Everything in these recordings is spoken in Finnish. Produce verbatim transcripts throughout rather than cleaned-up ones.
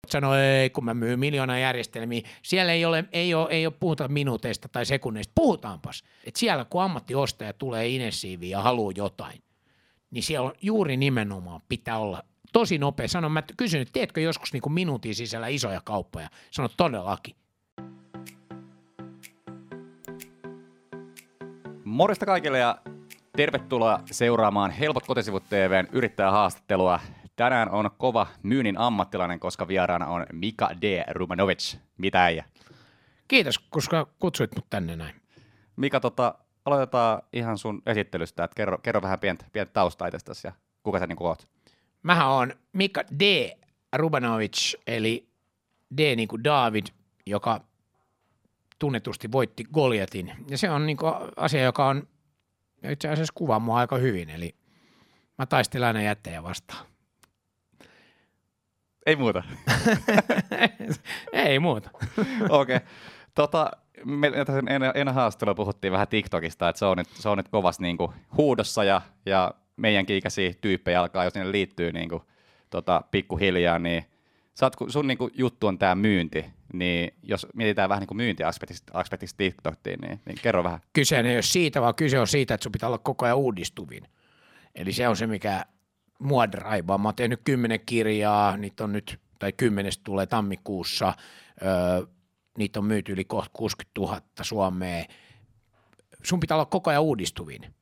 sanoi, ei, kun mä myyn miljoonaa järjestelmiä, siellä ei ole, ei ole, ei ole puhuta minuuteista tai sekunneista, puhutaanpas, että siellä kun ammattiostaja tulee Inessiiviin ja haluaa jotain, niin siellä on juuri nimenomaan pitää olla tosi nopea. Sanon, mä kysyn, että teetkö joskus niin kuin minuutin sisällä isoja kauppoja? Sano todellakin. Morjesta kaikille ja tervetuloa seuraamaan Helpot kotisivut T V:n yrittäjähaastattelua. Tänään on kova myynnin ammattilainen, koska vieraana on Mika D. Rumanovic. Mitä äijä? Kiitos, koska kutsuit mut tänne näin. Mika, tota, aloitetaan ihan sun esittelystä. Et kerro, kerro vähän pientä, pientä taustaa itsestäsi ja kuka sä niinku oot? Mähän on Mika D. Rumanovic, eli D niin kuin David, joka tunnetusti voitti Goliatin. Ja se on niinku asia, joka on itse asiassa kuvaa mua aika hyvin, eli mä taistelen aina jättejä vastaan. Ei muuta. Ei muuta. Okei. Okay. Tota, me ennen, ennen haastattelua puhuttiin vähän TikTokista, että se on nyt, se on nyt kovasti niinku huudossa ja, ja meidänkin ikäisiä tyyppejä alkaa, jos niille liittyy niinku, tota, pikkuhiljaa, niin sä oot, sun niinku juttu on tää myynti, niin jos mietitään vähän niinku myyntiaspektista TikTokiin, niin, niin kerro vähän. Kyse ei ole siitä, vaan kyse on siitä, että sun pitää olla koko ajan uudistuvin. Eli se on se, mikä mua draivaa. Mä oon tehnyt kymmenen kirjaa, niitä on nyt, tai kymmenestä tulee tammikuussa, öö, niitä on myyty yli kuusikymmentätuhatta Suomeen. Sun pitää olla koko ajan uudistuvin.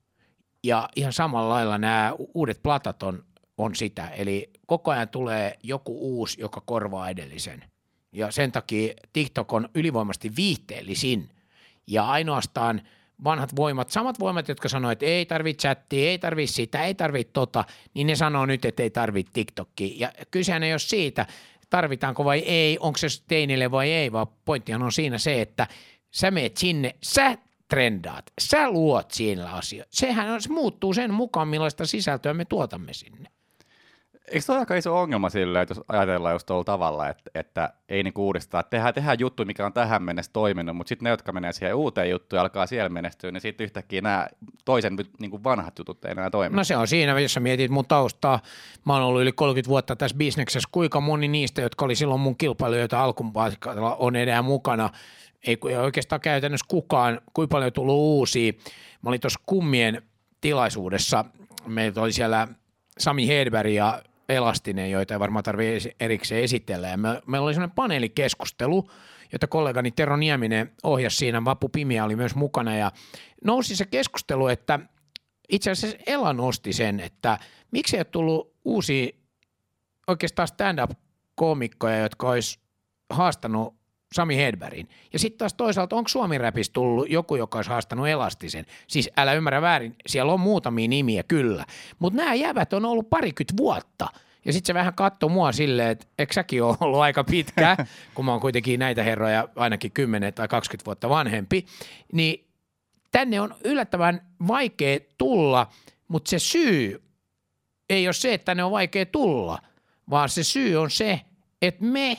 Ja ihan samalla lailla nämä uudet platat on, on sitä, eli koko ajan tulee joku uusi, joka korvaa edellisen. Ja sen takia TikTok on ylivoimaisesti viihteellisin, ja ainoastaan vanhat voimat, samat voimat, jotka sanoo, että ei tarvitse chattia, ei tarvitse sitä, ei tarvitse tota, niin ne sanoo nyt, että ei tarvitse TikTokia. Ja kysehän ei ole siitä, tarvitaanko vai ei, onko se teinille vai ei, vaan pointtihan on siinä se, että sä meet sinne, sä trendaat, sä luot siinä asioita. Sehän on, se muuttuu sen mukaan, millaista sisältöä me tuotamme sinne. Eikö se ole aika iso ongelma sillä, että jos ajatellaan just tuolla tavalla, että, että ei niinku uudistaa, että tehdään, tehdään juttu, mikä on tähän mennessä toiminut, mutta sitten ne, jotka menee siihen uuteen juttuun ja alkaa siellä menestyä, niin sitten yhtäkkiä nämä toisen niinku vanhat jutut ei enää toimi. No se on siinä, jos sä mietit mun taustaa, mä oon ollut yli kolmekymmentä vuotta tässä bisneksessä, kuinka moni niistä, jotka oli silloin mun kilpailijoita alkupaikalla, on enää mukana, ei, ei oikeastaan käytännössä kukaan, kuinka paljon on tullut uusia. Mä olin tuossa Kummien tilaisuudessa, meillä oli siellä Sami Hedberg ja Elastinen, joita ei varmaan tarvitse erikseen esitellä. Ja me, meillä oli sellainen paneelikeskustelu, jota kollegani Tero Nieminen ohjasi siinä, Vappu Pimiä oli myös mukana, ja nousi se keskustelu, että itse asiassa Ela nosti sen, että miksi ei ole tullut uusia oikeastaan stand-up-koomikkoja, jotka olisi haastanut Sami Hedbergin. Ja sitten taas toisaalta, onko Suomi-räpissä tullut joku, joka olisi haastanut Elastisen? Siis älä ymmärrä väärin, siellä on muutamia nimiä kyllä, mutta nämä jävät on ollut parikymmentä vuotta. Ja sitten se vähän katsoi mua silleen, että eikö säkin ole ollut aika pitkä, kun mä oon kuitenkin näitä herroja ainakin kymmenen tai kaksikymmentä vuotta vanhempi, niin tänne on yllättävän vaikea tulla, mutta se syy ei ole se, että tänne on vaikea tulla, vaan se syy on se, että me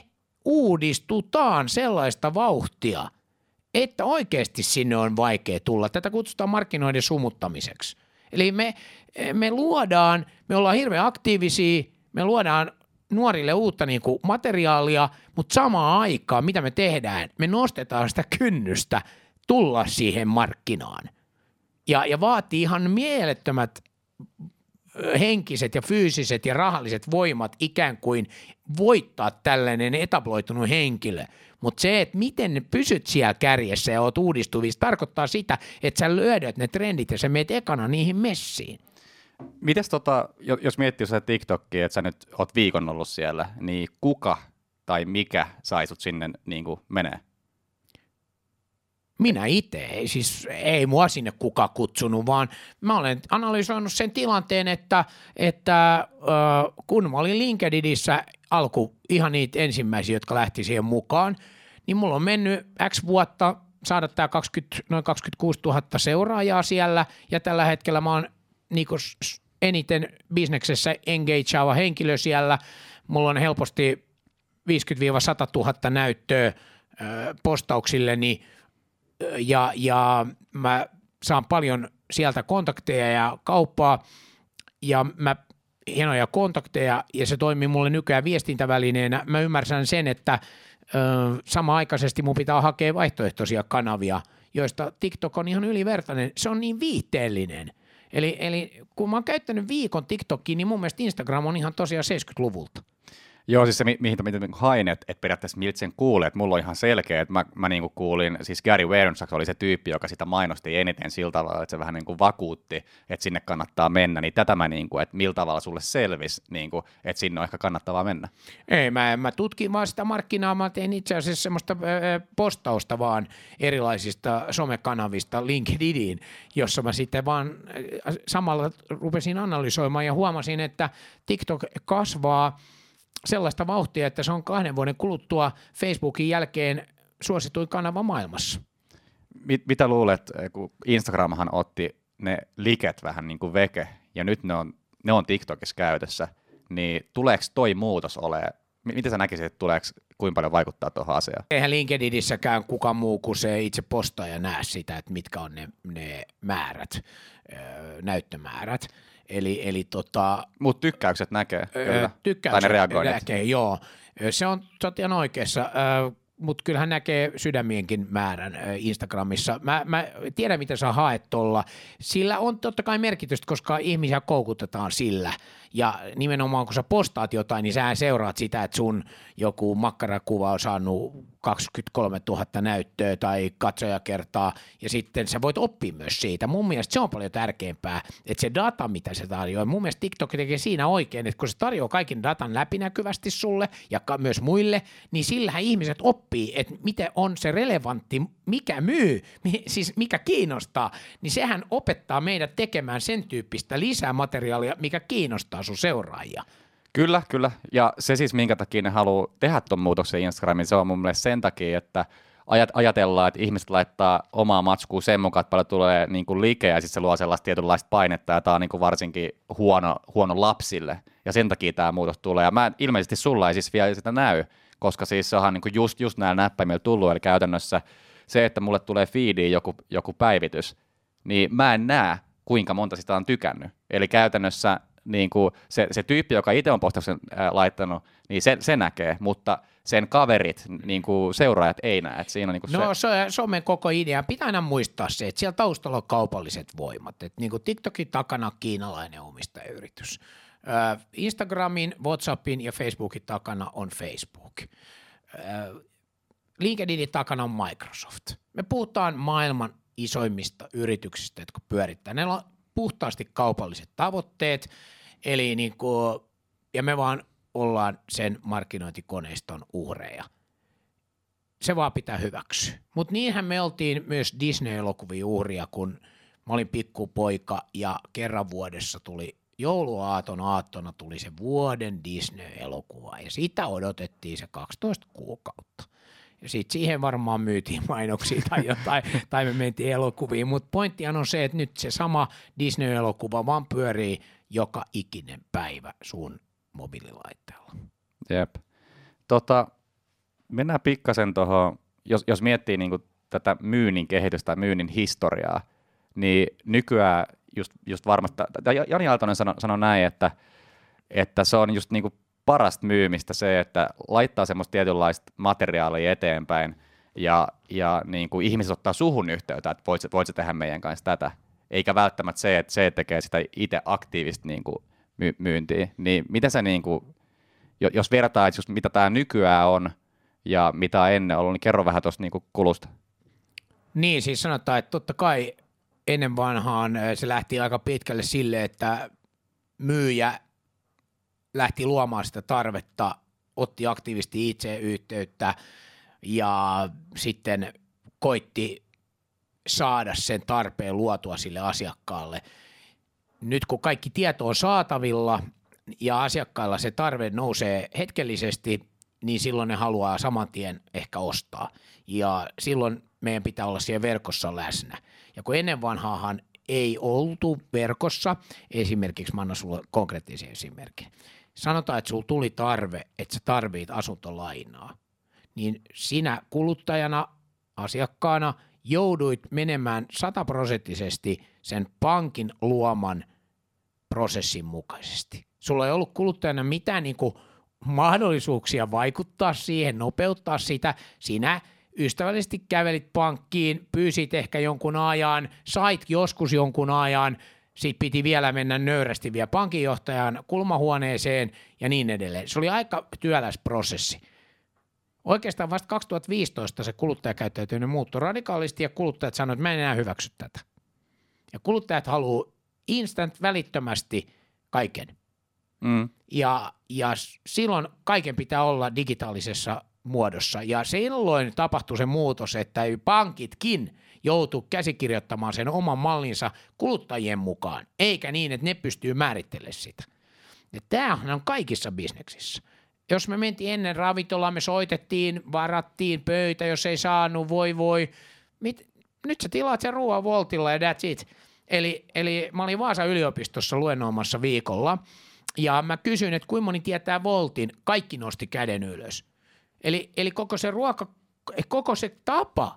uudistutaan sellaista vauhtia, että oikeasti sinne on vaikea tulla. Tätä kutsutaan markkinoiden sumuttamiseksi. Eli me, me luodaan, me ollaan hirveän aktiivisia, me luodaan nuorille uutta niin kuin materiaalia, mutta samaan aikaan, mitä me tehdään, me nostetaan sitä kynnystä tulla siihen markkinaan. Ja, ja vaatii ihan mielettömät henkiset ja fyysiset ja rahalliset voimat ikään kuin voittaa tällainen etabloitunut henkilö. Mutta se, että miten pysyt siellä kärjessä ja oot uudistuvissa, tarkoittaa sitä, että sä löydät ne trendit ja sä meet ekana niihin messiin. Mites tota, jos miettii sitä TikTokia, että sä nyt oot viikon ollut siellä, niin kuka tai mikä sai sut sinne niin kuin menee? Minä itse, siis ei mua sinne kuka kutsunut, vaan mä olen analysoinut sen tilanteen, että, että äh, kun mä olin LinkedInissä alku ihan niitä ensimmäisiä, jotka lähti siihen mukaan, niin mulla on mennyt X vuotta saada tää kaksikymmentä, noin kaksikymmentäkuusituhatta seuraajaa siellä, ja tällä hetkellä mä oon niinku eniten bisneksessä engageava henkilö siellä. Mulla on helposti viisikymmentä sata tuhatta näyttöä äh, postauksilleni, ja, ja mä saan paljon sieltä kontakteja ja kauppaa, ja mä hienoja kontakteja ja se toimii mulle nykyään viestintävälineenä. Mä ymmärrän sen, että ö, samaaikaisesti mun pitää hakea vaihtoehtoisia kanavia, joista TikTok on ihan ylivertainen. Se on niin viihteellinen. Eli, eli kun mä oon käyttänyt viikon TikTokia, niin mun mielestä Instagram on ihan tosiaan seitsemänkymmentäluvulta. Joo, siis se, mi- mihin mä hain, että et periaatteessa miltä sen kuulee, että mulla on ihan selkeä, että mä, mä niinku kuulin, siis Gary Vaynerchuk oli se tyyppi, joka sitä mainosti eniten sillä tavalla, että se vähän niinku vakuutti, että sinne kannattaa mennä, niin tätä mä niinku, että millä tavalla sulle selvisi, niinku, että sinne on ehkä kannattavaa mennä. Ei, mä, mä tutkin vaan sitä markkinaa, mä tein itse asiassa semmoista ö, postausta vaan erilaisista somekanavista LinkedIniin, jossa mä sitten vaan samalla rupesin analysoimaan ja huomasin, että TikTok kasvaa sellaista vauhtia, että se on kahden vuoden kuluttua Facebookin jälkeen suosituin kanava maailmassa. Mit, mitä luulet, kun Instagramhan otti ne liket vähän niin kuin veke, ja nyt ne on, ne on TikTokissa käytössä, niin tuleeko toi muutos olemaan? Miten sä näkisit, että tuleeko, kuinka paljon vaikuttaa tuohon asiaan? Eihän LinkedInissäkään kukaan muu kuin se itse postaaja näe sitä, että mitkä on ne, ne määrät, näyttömäärät. Eli, eli tota, Mutta tykkäykset näkee, kyllä. Tykkäykset tai ne reagoinnit. näkee, joo. Se on ihan oikeassa, mutta kyllähän näkee sydämienkin määrän Instagramissa. Mä, mä tiedän, mitä sä haet tuolla. Sillä on totta kai merkitystä, koska ihmisiä koukutetaan sillä. Ja nimenomaan kun sä postaat jotain, niin sähän seuraat sitä, että sun joku makkarakuva on saanut kaksikymmentäkolmetuhatta näyttöä tai katsojakertaa, ja sitten sä voit oppia myös siitä. Mun mielestä se on paljon tärkeämpää, että se data, mitä se tarjoaa. Mun mielestä TikTok tekee siinä oikein, että kun se tarjoaa kaiken datan läpinäkyvästi sulle ja myös muille, niin sillähän ihmiset oppii, että miten on se relevantti, mikä myy, siis mikä kiinnostaa, niin sehän opettaa meidät tekemään sen tyyppistä lisämateriaalia, mikä kiinnostaa sun seuraajia. Kyllä, kyllä. Ja se siis, minkä takia ne haluaa tehdä tuon muutoksen Instagramiin, se on mun mielestä sen takia, että ajat, ajatellaan, että ihmiset laittaa omaa matskua sen mukaan, että paljon tulee niin kuin likeä, ja sitten se luo sellaista tietynlaista painetta, ja tämä on niin kuin varsinkin huono, huono lapsille, ja sen takia tämä muutos tulee. Ja mä, ilmeisesti sulla ei siis vielä sitä näy, koska siis se on niin kuin just, just näillä näppäimillä tullut, eli käytännössä se, että mulle tulee feediin joku, joku päivitys, niin mä en näe, kuinka monta sitä on tykännyt. Eli käytännössä niin kuin se, se tyyppi, joka itse on postauksen ää, laittanut, niin se, se näkee, mutta sen kaverit, niin kuin seuraajat ei näe. Että siinä on niin kuin no se... se, somen koko idea. Pitää aina muistaa se, että siellä taustalla on kaupalliset voimat. Että niin kuin TikTokin takana kiinalainen omistajayritys. Äh, Instagramin, WhatsAppin ja Facebookin takana on Facebook. Äh, LinkedInin takana on Microsoft. Me puhutaan maailman isoimmista yrityksistä, jotka pyörittää. Ne on puhtaasti kaupalliset tavoitteet, eli niin kuin, ja me vaan ollaan sen markkinointikoneiston uhreja. Se vaan pitää hyväksyä. Mutta niinhän me oltiin myös Disney-elokuvien uhria, kun mä olin pikkupoika ja kerran vuodessa tuli jouluaaton aattona tuli se vuoden Disney-elokuva ja sitä odotettiin se kaksitoista kuukautta. Ja sitten siihen varmaan myytiin mainoksia tai jotain, tai me mentiin elokuviin, mutta pointtihan on se, että nyt se sama Disney-elokuva vaan pyörii joka ikinen päivä sun mobiililaitteella. Jep. Tota, mennään pikkasen tuohon, jos, jos miettii niinku tätä myynnin kehitystä tai myynnin historiaa, niin nykyään just, just varmasti, Jani Aaltonen sanoi sano näin, että, että se on just niinku parasta myymistä se, että laittaa semmoista tietynlaista materiaalia eteenpäin ja, ja niin kuin ihmiset ottaa suhun yhteyttä, että voit, voit sä tehdä meidän kanssa tätä, eikä välttämättä se, että se tekee sitä itse aktiivista niin kuin my- myyntiä. Niin miten sä, niin kuin, jos vertaa, just mitä tämä nykyään on ja mitä on ennen ollut, niin kerro vähän tuosta niin kuin kulusta. Niin, siis sanotaan, että totta kai ennen vanhaan se lähti aika pitkälle sille, että myyjä lähti luomaan sitä tarvetta, otti aktiivisesti itse yhteyttä ja sitten koitti saada sen tarpeen luotua sille asiakkaalle. Nyt kun kaikki tieto on saatavilla ja asiakkailla se tarve nousee hetkellisesti, niin silloin ne haluaa saman tien ehkä ostaa. Ja silloin meidän pitää olla siellä verkossa läsnä. Ja kun ennen vanhaahan ei oltu verkossa, esimerkiksi mä annan sulle konkreettisen esimerkin. Sanotaan, että sulla tuli tarve, että sä tarvit asuntolainaa, niin sinä kuluttajana, asiakkaana jouduit menemään sataprosenttisesti sen pankin luoman prosessin mukaisesti. Sulla ei ollut kuluttajana mitään niin kuin mahdollisuuksia vaikuttaa siihen, nopeuttaa sitä. Sinä ystävällisesti kävelit pankkiin, pyysit ehkä jonkun ajan, sait joskus jonkun ajan, sitten piti vielä mennä nöyrästi vielä pankinjohtajan kulmahuoneeseen ja niin edelleen. Se oli aika työläs prosessi. Oikeastaan vasta kaksituhattaviisitoista se kuluttajakäyttäytyminen muuttui radikaalisti ja kuluttajat sanoivat, että mä en enää hyväksy tätä. Ja kuluttajat haluaa instant välittömästi kaiken. Mm. Ja, ja silloin kaiken pitää olla digitaalisessa muodossa. Ja silloin tapahtui se muutos, että pankitkin joutuu käsikirjoittamaan sen oman mallinsa kuluttajien mukaan, eikä niin, että ne pystyy määrittelemään sitä. Ja tämähän on kaikissa bisneksissä. Jos me mentiin ennen ravintolaan, me soitettiin, varattiin pöytä, jos ei saanut, voi voi. Mit, nyt sä tilaat sen ruoan Woltilla ja that's it. Eli, eli mä olin Vaasan yliopistossa luennoimassa viikolla, ja mä kysyin, että kuinka moni tietää Woltin, kaikki nosti käden ylös. Eli, eli koko se ruoka, koko se tapa,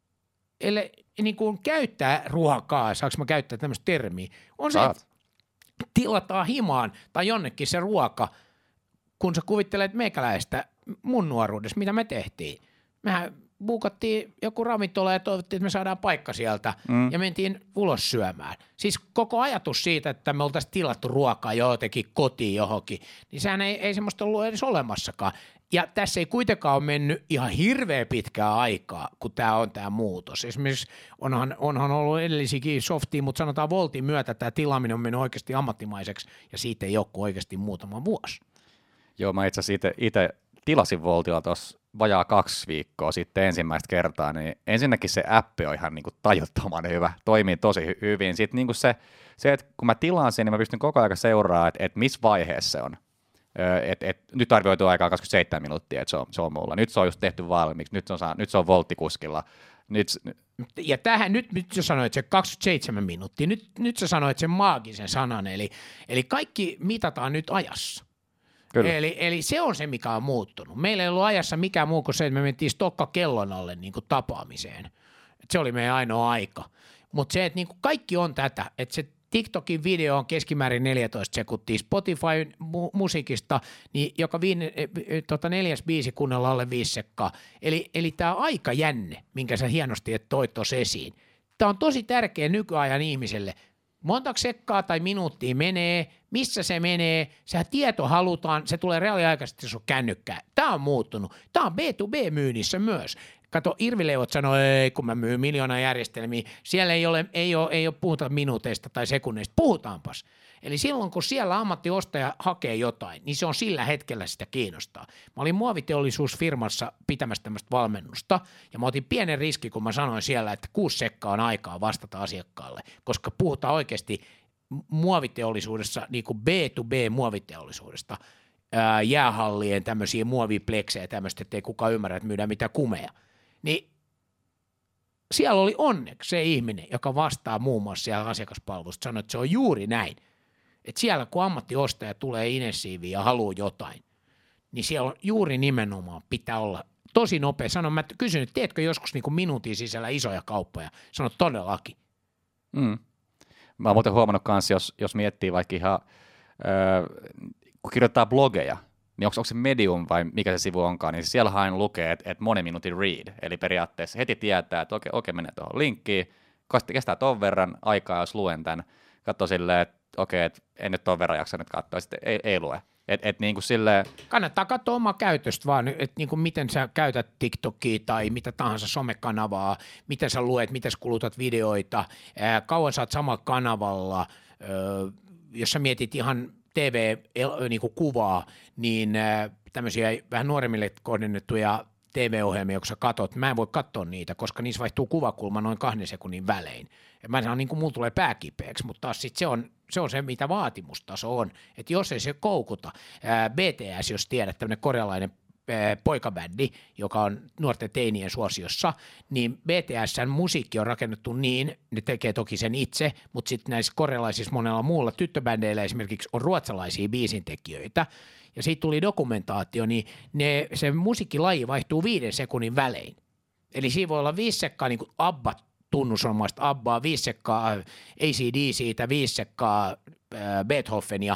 eli niin kuin käyttää ruokaa, saanko mä käyttää tämmöistä termiä, on Saat. se, tilataan himaan tai jonnekin se ruoka, kun sä kuvittelet meikäläistä mun nuoruudessa, mitä me tehtiin. Mehän buukattiin joku ravintola ja toivottiin, että me saadaan paikka sieltä mm. ja mentiin ulos syömään. Siis koko ajatus siitä, että me oltaisiin tilattu ruokaa jotenkin kotiin johonkin, niin sehän ei, ei semmoista ollut edes olemassakaan. Ja tässä ei kuitenkaan ole mennyt ihan hirveän pitkää aikaa, kun tämä on tämä muutos. Esimerkiksi onhan, onhan ollut edellisikin softia, mutta sanotaan Woltin myötä tämä tilaaminen on mennyt oikeasti ammattimaiseksi ja siitä ei ole oikeasti muutama vuosi. Joo, mä itse asiassa itse tilasin Woltilla tuossa vajaa kaksi viikkoa sitten ensimmäistä kertaa, niin ensinnäkin se appi on ihan niin kuin tajuttoman hyvä, toimii tosi hy- hyvin. Sitten niin kuin se, se, että kun mä tilaan sen, niin mä pystyn koko ajan seuraamaan, että, että missä vaiheessa se on. Et, et, nyt arvioitu aikaa kaksikymmentäseitsemän minuuttia, että se on, se on mulla. Nyt se on just tehty valmiiksi, nyt se on, nyt se on volttikuskilla. Nyt... Ja tähän, nyt, nyt sä sanoit se kaksikymmentäseitsemän minuuttia, nyt, nyt sä sanoit sen maagisen sanan, eli, eli kaikki mitataan nyt ajassa. Eli, eli se on se, mikä on muuttunut. Meillä ei ollut ajassa mikään muu kuin se, että me mentiin stokka kellon alle niin kuin tapaamiseen. Et se oli meidän ainoa aika. Mutta se, että niin kuin kaikki on tätä, että se TikTokin video on keskimäärin neljätoista sekuntia, Spotify mu- musiikista, niin joka viine, tota neljäs biisi kuunnella alle viisi sekkaa. Eli, eli tämä aikajänne, minkä sä hienosti et toit tuossa esiin, tämä on tosi tärkeä nykyajan ihmiselle. Montako sekkaa tai minuuttia menee, missä se menee, sehän tieto halutaan, se tulee reaaliaikaisesti sun kännykkään. Tämä on muuttunut. Tämä on B to B-myynnissä myös. Kato, Irvileivot sanoi, ei kun mä myyn miljoona järjestelmiä, siellä ei ole, ei ole, ei ole puhuta minuuteista tai sekunneista, puhutaanpas. Eli silloin, kun siellä ammattiostaja hakee jotain, niin se on sillä hetkellä sitä kiinnostaa. Mä olin muoviteollisuusfirmassa pitämässä tämmöistä valmennusta, ja mä otin pienen riski, kun mä sanoin siellä, että kuusi sekkaa on aikaa vastata asiakkaalle, koska puhutaan oikeasti muoviteollisuudessa, niin kuin B to B-muoviteollisuudesta, ää, jäähallien tämmöisiä muovipleksejä tämmöistä, ettei kukaan ymmärrä, että myydään mitään kumeja. Niin siellä oli onneksi se ihminen, joka vastaa muun muassa siellä asiakaspalvelusta, sanoi, että se on juuri näin. Että siellä kun ammattiostaja tulee Inessiiviin ja haluaa jotain, niin siellä on juuri nimenomaan pitää olla tosi nopea. Sanon, mä kysyn, että teetkö joskus niin kuin minuutin sisällä isoja kauppoja? Sano todellakin. Mm. Mä oon muuten huomannut kanssa, jos, jos miettii vaikka ihan, äh, kun kirjoittaa blogeja, niin onko, onko se Medium vai mikä se sivu onkaan, niin siellä aina lukee, että, että monen minuutin read, eli periaatteessa heti tietää, että okei, okei menee tuohon linkkiin, kestää ton verran aikaa, jos luen tämän, katsoo silleen, että okei, että en nyt ton verran jaksa nyt katsoa, sitten ei, ei lue. Et, et niin kuin silleen... Kannattaa katsoa omaa käytöstä vaan, että niin kuin miten sä käytät TikTokia tai mitä tahansa somekanavaa, miten sä luet, miten sä kulutat videoita, ää, kauan sä oot samalla kanavalla, ää, jos sä mietit ihan T V-kuvaa, niin ää, tämmöisiä vähän nuoremmille kohdennettuja T V-ohjelmia, kun sä katot, mä en voi katsoa niitä, koska niissä vaihtuu kuvakulma noin kahden sekunnin välein. Ja mä sanon, niin kuin mulla tulee pää kipeäksi, mutta taas sit se on, se on se, mitä vaatimustaso on. Että jos ei se koukuta, ää, B T S, jos tiedät, tämmöinen korealainen ää, poikabändi, joka on nuorten teinien suosiossa, niin B T S:n musiikki on rakennettu niin, ne tekee toki sen itse, mutta sitten näissä korealaisissa monella muulla tyttöbändeillä esimerkiksi on ruotsalaisia biisintekijöitä, ja siitä tuli dokumentaatio, niin ne, se musiikkilaji vaihtuu viiden sekunnin välein. Eli siinä voi olla viisi sekkaa niin kuin Abba tunnusomaista Abbaa, viisi sekkaa A C D siitä, viisi sekkaa äh, Beethovenia,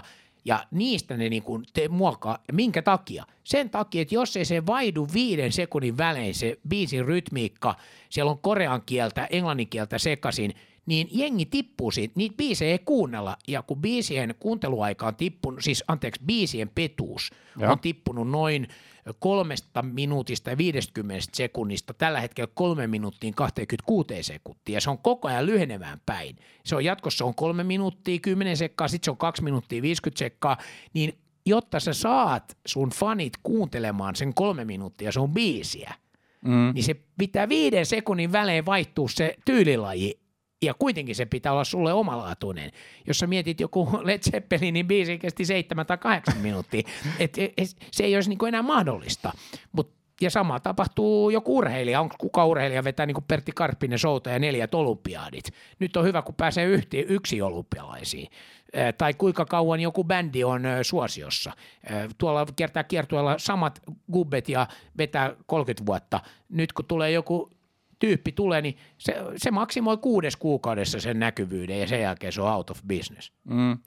ja niistä ne niin kuin te muokkaa. Minkä takia? Sen takia, että jos ei se vaihdu viiden sekunnin välein se biisin rytmiikka, siellä on korean kieltä, englannin kieltä sekaisin, niin jengi tippuu siitä, niitä biisejä ei kuunnella, ja kun biisien kuunteluaika on tippunut, siis anteeksi, biisien petuus ja. on tippunut noin kolmesta minuutista ja viidestäkymmenestä sekunnista, tällä hetkellä kolme minuuttiin kaksikymmentäkuusi sekuntia, ja se on koko ajan lyhenevään päin. Se on jatkossa on kolme minuuttia, kymmenen sekkaa, sitten se on kaksi minuuttia, viisikymmentä sekkaa, niin jotta sä saat sun fanit kuuntelemaan sen kolme minuuttia sun biisiä, mm. niin se pitää viiden sekunnin välein vaihtua se tyylilaji, ja kuitenkin se pitää olla sulle omalaatuinen. Jos sä mietit joku Led Zeppelinin biisi kesti seitsemän tai kahdeksan minuuttia, et, et, et, se ei olisi niinku enää mahdollista. Mut, ja sama tapahtuu joku urheilija. Onko kuka urheilija vetää niinku Pertti Karppinen showta ja neljät olympiadit? Nyt on hyvä, kun pääsee yhti, yksi olympialaisiin. Äh, tai kuinka kauan joku bändi on äh, suosiossa. Äh, tuolla kiertää kiertueella samat gubbet ja vetää kolmekymmentä vuotta. Nyt kun tulee joku tyyppi tulee, niin se, se maksimoi kuudes kuukaudessa sen näkyvyyden ja sen jälkeen se on out of business. Mm.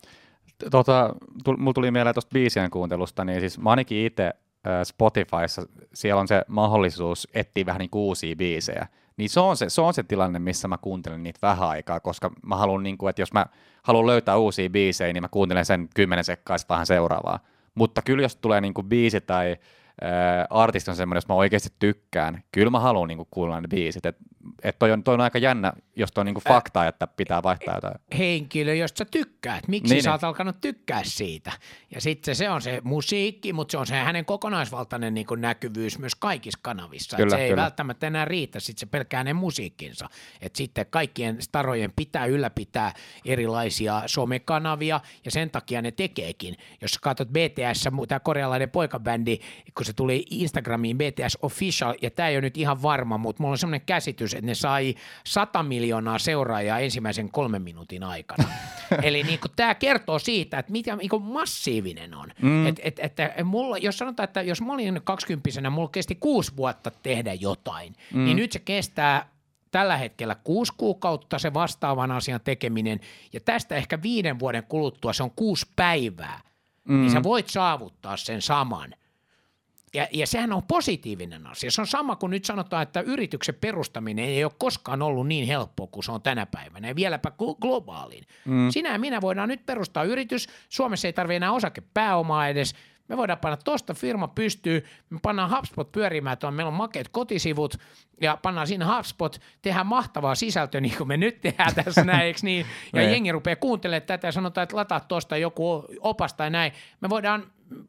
Tota, mulla tuli mieleen tuosta biisien kuuntelusta, niin siis mä ainakin itse äh, Spotifyssa, siellä on se mahdollisuus etsiä vähän niin uusia biisejä, niin se on se, se on se tilanne, missä mä kuuntelen niitä vähän aikaa, koska mä haluan, niin kuin, että jos mä haluan löytää uusia biisejä, niin mä kuuntelen sen kymmenen sekkaa ja vähän seuraavaa. Mutta kyllä jos tulee niin kuin biisi tai artisti on semmoinen, jos mä oikeasti tykkään, kyllä mä haluan niinku kuulla ne biisit. Että et toi, on, toi on aika jännä, jos toi on niinku fakta, että pitää vaihtaa jotain. Henkilö, josta sä tykkäät. Miksi niin, sä oot alkanut tykkää siitä? Ja sitten se on se musiikki, mutta se on se hänen kokonaisvaltainen niinku näkyvyys myös kaikissa kanavissa. Kyllä, se ei kyllä. välttämättä enää riitä sitten se pelkää hänen musiikkinsa. Että sitten kaikkien starojen pitää ylläpitää erilaisia somekanavia ja sen takia ne tekeekin. Jos sä katsot B T S, tämä korealainen poikabändi, kun se tuli Instagramiin B T S Official, ja tämä ei ole nyt ihan varma, mutta mulla on semmoinen käsitys, että ne sai sata miljoonaa seuraajaa ensimmäisen kolmen minuutin aikana. Eli niin tämä kertoo siitä, että mitä niin massiivinen on. Mm. Et, et, et, mulla, jos sanotaan, että jos mä olin kaksikymppisenä, mulla kesti kuusi vuotta tehdä jotain, mm. niin nyt se kestää tällä hetkellä kuusi kuukautta se vastaavan asian tekeminen, ja tästä ehkä viiden vuoden kuluttua se on kuusi päivää, mm. niin sä voit saavuttaa sen saman. Ja, ja sehän on positiivinen asia. Se on sama kuin nyt sanotaan, että yrityksen perustaminen ei ole koskaan ollut niin helppoa kuin se on tänä päivänä, ja vieläpä globaalin. Mm. Sinä ja minä voidaan nyt perustaa yritys. Suomessa ei tarvitse enää osakepääomaa edes. Me voidaan panna tuosta firma pystyy, me pannaan HubSpot pyörimään, tuon meillä on makeat kotisivut, ja pannaan siinä HubSpot, tehdään mahtavaa sisältöä, niin kuin me nyt tehdään tässä näin, eikö niin? Ja jengi rupeaa kuuntelemaan tätä ja sanotaan, että lataa tuosta joku opas tai näin. Me voidaan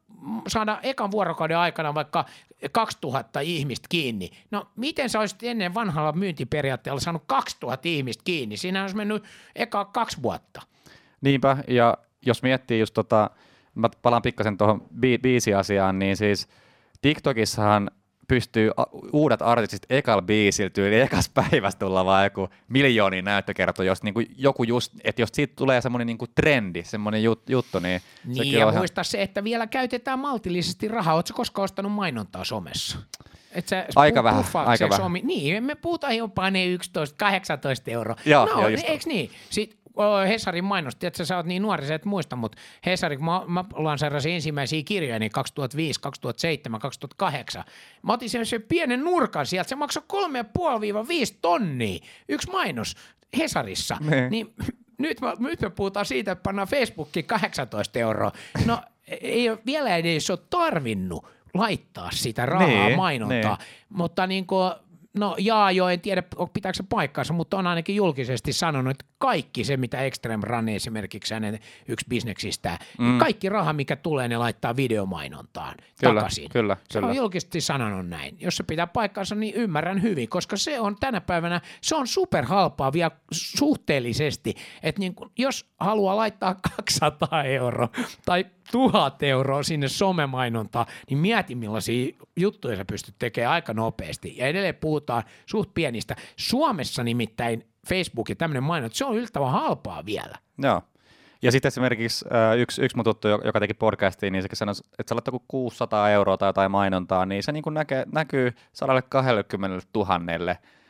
saada ekan vuorokauden aikana vaikka kaksituhatta ihmistä kiinni. No miten sä olisit ennen vanhalla myyntiperiaatteella saanut kaksituhatta ihmistä kiinni? Siinä olisi mennyt eka kaksi vuotta. Niinpä, ja jos miettii just tota, mä palaan pikkasen tuohon bi- biisiasiaan, niin siis TikTokissahan pystyy uudet artistit ekalla biisillä tyyli ekas päivästä tulla vaan joku miljoonia näyttökertoja, jos niinku joku just, että jos siitä tulee semmoinen niinku trendi, semmoinen jut, juttu, niin Niin ja muista ihan se, että vielä käytetään maltillisesti rahaa. Ootko koskaan ostanut mainontaa somessa? Et sä aika vähän, aika vähän. Omi... Niin, me puhutaan jopa ne yksitoista kahdeksantoista euroa. Joo, no, joo, eikö niin? Sitten Hesarin mainosti, että sä oot niin nuori, sä et muista, mutta Hesari, kun mä, mä lanseerasin ensimmäisiä kirjoja, niin kaksituhattaviisi, kaksituhattaseitsemän, kaksituhattakahdeksan. Mä otin sen, sen pienen nurkan sieltä, se maksoi kolme ja puoli viisi tonnia, yksi mainos Hesarissa. Ne. Niin nyt, mä, nyt me puhutaan siitä, että pannaan Facebookiin kahdeksantoista euroa. No ei ole, vielä edes ole tarvinnut laittaa sitä rahaa ne, mainontaa, ne. Mutta niin kuin no jaa joo, en tiedä pitääkö se paikkaansa, mutta on ainakin julkisesti sanonut, että kaikki se, mitä Extreme Run esimerkiksi hänen yksi bisneksistä, mm. niin kaikki raha, mikä tulee, ne laittaa videomainontaan kyllä, takaisin. Kyllä, se kyllä. on julkisesti sanonut näin. Jos se pitää paikkaansa, niin ymmärrän hyvin, koska se on tänä päivänä, se on superhalpaa vielä suhteellisesti, että niin kun, jos haluaa laittaa kaksisataa euroa tai tuhat euroa sinne somemainontaan, niin mieti millaisia juttuja sä pystyt tekemään aika nopeasti. Ja edelleen puhutaan suht pienistä. Suomessa nimittäin Facebook ja tämmöinen mainonta, se on yllättävän halpaa vielä. Joo. Ja sitten esimerkiksi äh, yksi, yksi mun tuttu, joka teki podcastiin, niin se sanoi, että sä laittaa kuusisataa euroa tai jotain mainontaa, niin se niin kuin näkee, näkyy sata kaksikymmentätuhatta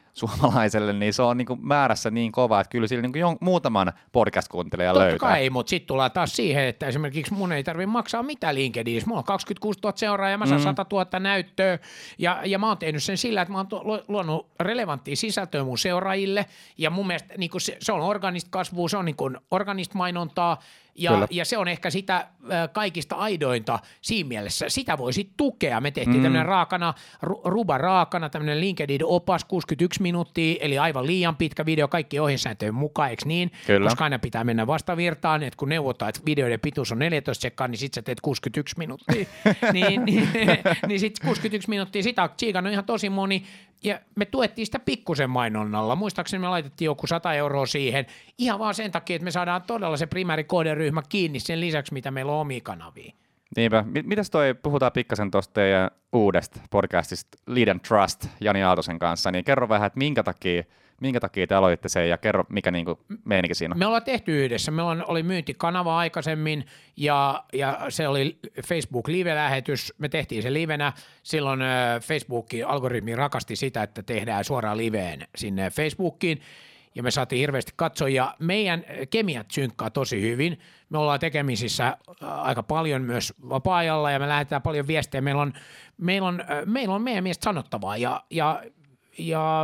suomalaiselle, niin se on niin kuin määrässä niin kova, että kyllä sillä niin kuin muutaman podcast-kuuntelijan löytää. Totta kai, mutta sitten tullaan taas siihen, että esimerkiksi mun ei tarvitse maksaa mitään LinkedInissä. Mulla on kaksikymmentäkuusituhatta seuraajaa ja mä saan mm. sata tuhatta näyttöä ja, ja mä oon tehnyt sen sillä, että mä oon luonut relevanttia sisältöä mun seuraajille ja mun mielestä niin kuin se, se on organista kasvua, se on niin kuin organista mainontaa ja, ja se on ehkä sitä äh, kaikista aidointa siinä mielessä. Sitä voisi tukea. Me tehtiin mm. tämmöinen raakana, ru, ruba raakana, tämmöinen LinkedIn-opas kuusikymmentäyksi minuuttia, eli aivan liian pitkä video, kaikki ohjesääntöjen mukaan, eikö niin? Kyllä. Koska aina pitää mennä vastavirtaan, että kun neuvotaan, että videoiden pituus on neljätoista sekkaa, niin sitten sä teet kuusikymmentäyksi minuuttia. niin niin, niin sitten kuusikymmentäyksi minuuttia, sitä on tsiikannut ihan tosi moni, ja me tuettiin sitä pikkusen mainonnalla. Muistaakseni me laitettiin joku sata euroa siihen, ihan vaan sen takia, että me saadaan todella se primäärikohderyhmä kiinni sen lisäksi, mitä meillä on omia kanavia. Niinpä. Mitäs toi, puhutaan pikkasen tuosta teidän uudesta podcastista Lead and Trust Jani Aaltosen kanssa, niin kerro vähän, että minkä takia, minkä takia te aloititte sen ja kerro, mikä niinku meininki siinä on. Me ollaan tehty yhdessä. Meillä oli myyntikanava aikaisemmin ja, ja se oli Facebook live-lähetys. Me tehtiin se livenä. Silloin Facebookin algoritmi rakasti sitä, että tehdään suoraan liveen sinne Facebookiin. Ja me saatiin hirveästi katsojia. Meidän kemiat synkkaa tosi hyvin. Me ollaan tekemisissä aika paljon myös vapaa-ajalla ja me lähdetään paljon viestejä. Meillä on, meillä on, meillä on meidän mielestä sanottavaa ja, ja, ja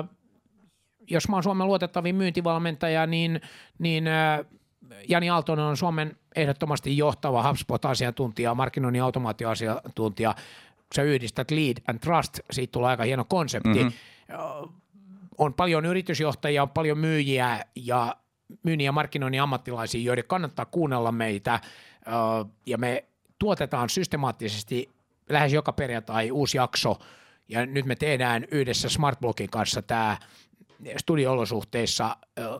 jos mä oon Suomen luotettavin myyntivalmentaja, niin, niin Jani Aaltonen on Suomen ehdottomasti johtava HubSpot-asiantuntija, markkinoinnin automaatioasiantuntija. Sä yhdistät lead and trust, siitä tulee aika hieno konsepti. Mm-hmm. On paljon yritysjohtajia, on paljon myyjiä ja myynnin ja markkinoinnin ammattilaisia, joiden kannattaa kuunnella meitä ja me tuotetaan systemaattisesti lähes joka perjantai uusi jakso ja nyt me tehdään yhdessä SmartBlogin kanssa tämä studio-olosuhteissa,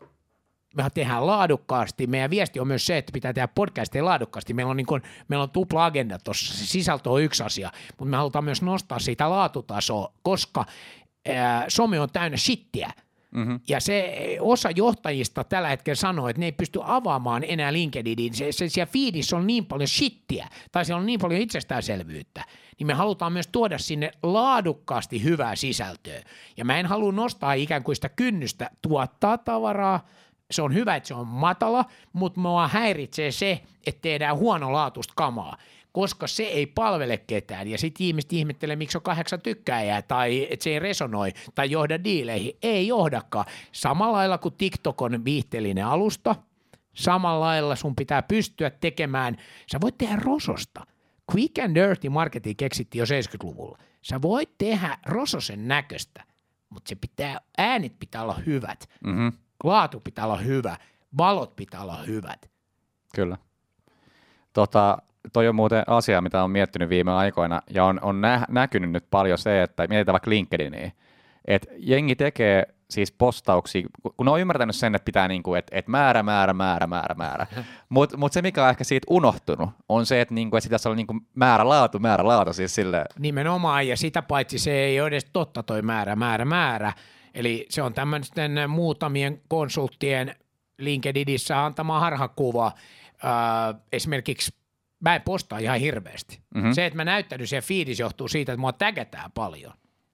me tehdään laadukkaasti. Meidän viesti on myös se, että pitää tehdä podcasteja laadukkaasti. Meillä on, niin kuin, meillä on tupla agenda tuossa, se sisältö on yksi asia, mutta me halutaan myös nostaa siitä laatutasoa, koska ää, some on täynnä shittiä. Mm-hmm. Ja se osa johtajista tällä hetkellä sanoo, että ne ei pysty avaamaan enää LinkedInin. Se, se siellä feedissä on niin paljon shittiä, tai siellä on niin paljon itsestäänselvyyttä, niin me halutaan myös tuoda sinne laadukkaasti hyvää sisältöä. Ja mä en halua nostaa ikään kuin sitä kynnystä tuottaa tavaraa. Se on hyvä, että se on matala, mutta mua häiritsee se, että tehdään huonolaatuista kamaa, koska se ei palvele ketään. Ja sitten ihmiset ihmettelee, miksi on kahdeksan tykkääjää tai että se ei resonoi tai johda diileihin. Ei johdakaan. Samalla lailla kuin TikTok on viihteellinen alusta, samalla lailla sun pitää pystyä tekemään, sä voit tehdä rososta. Quick and dirty marketing keksittiin jo seitsemänkymmentäluvulla. Sä voit tehdä rososen näköistä, mutta se pitää, äänit pitää olla hyvät. Mm-hmm. Laatu pitää olla hyvä, valot pitää olla hyvät. Kyllä. Tota, toi on muuten asia, mitä on miettinyt viime aikoina, ja on, on nä- näkynyt nyt paljon se, että mietitään vaikka LinkedInia, että jengi tekee siis postauksia, kun ne on ymmärtänyt sen, että pitää niinku, että et määrä, määrä, määrä, määrä, määrä. Mutta mut se, mikä on ehkä siitä unohtunut, on se, että niinku, et sitä olla niinku määrä, laatu, määrä, laatu. Siis silleen. Nimenomaan, ja sitä paitsi se ei ole edes totta toi määrä, määrä, määrä. Eli se on tämmöisten muutamien konsulttien LinkedInissä antama harhakuva. Äh, esimerkiksi mä en postaa ihan hirveästi. Mm-hmm. Se, että mä näyttänyt siellä feedissä johtuu siitä, että mua tägätään paljon.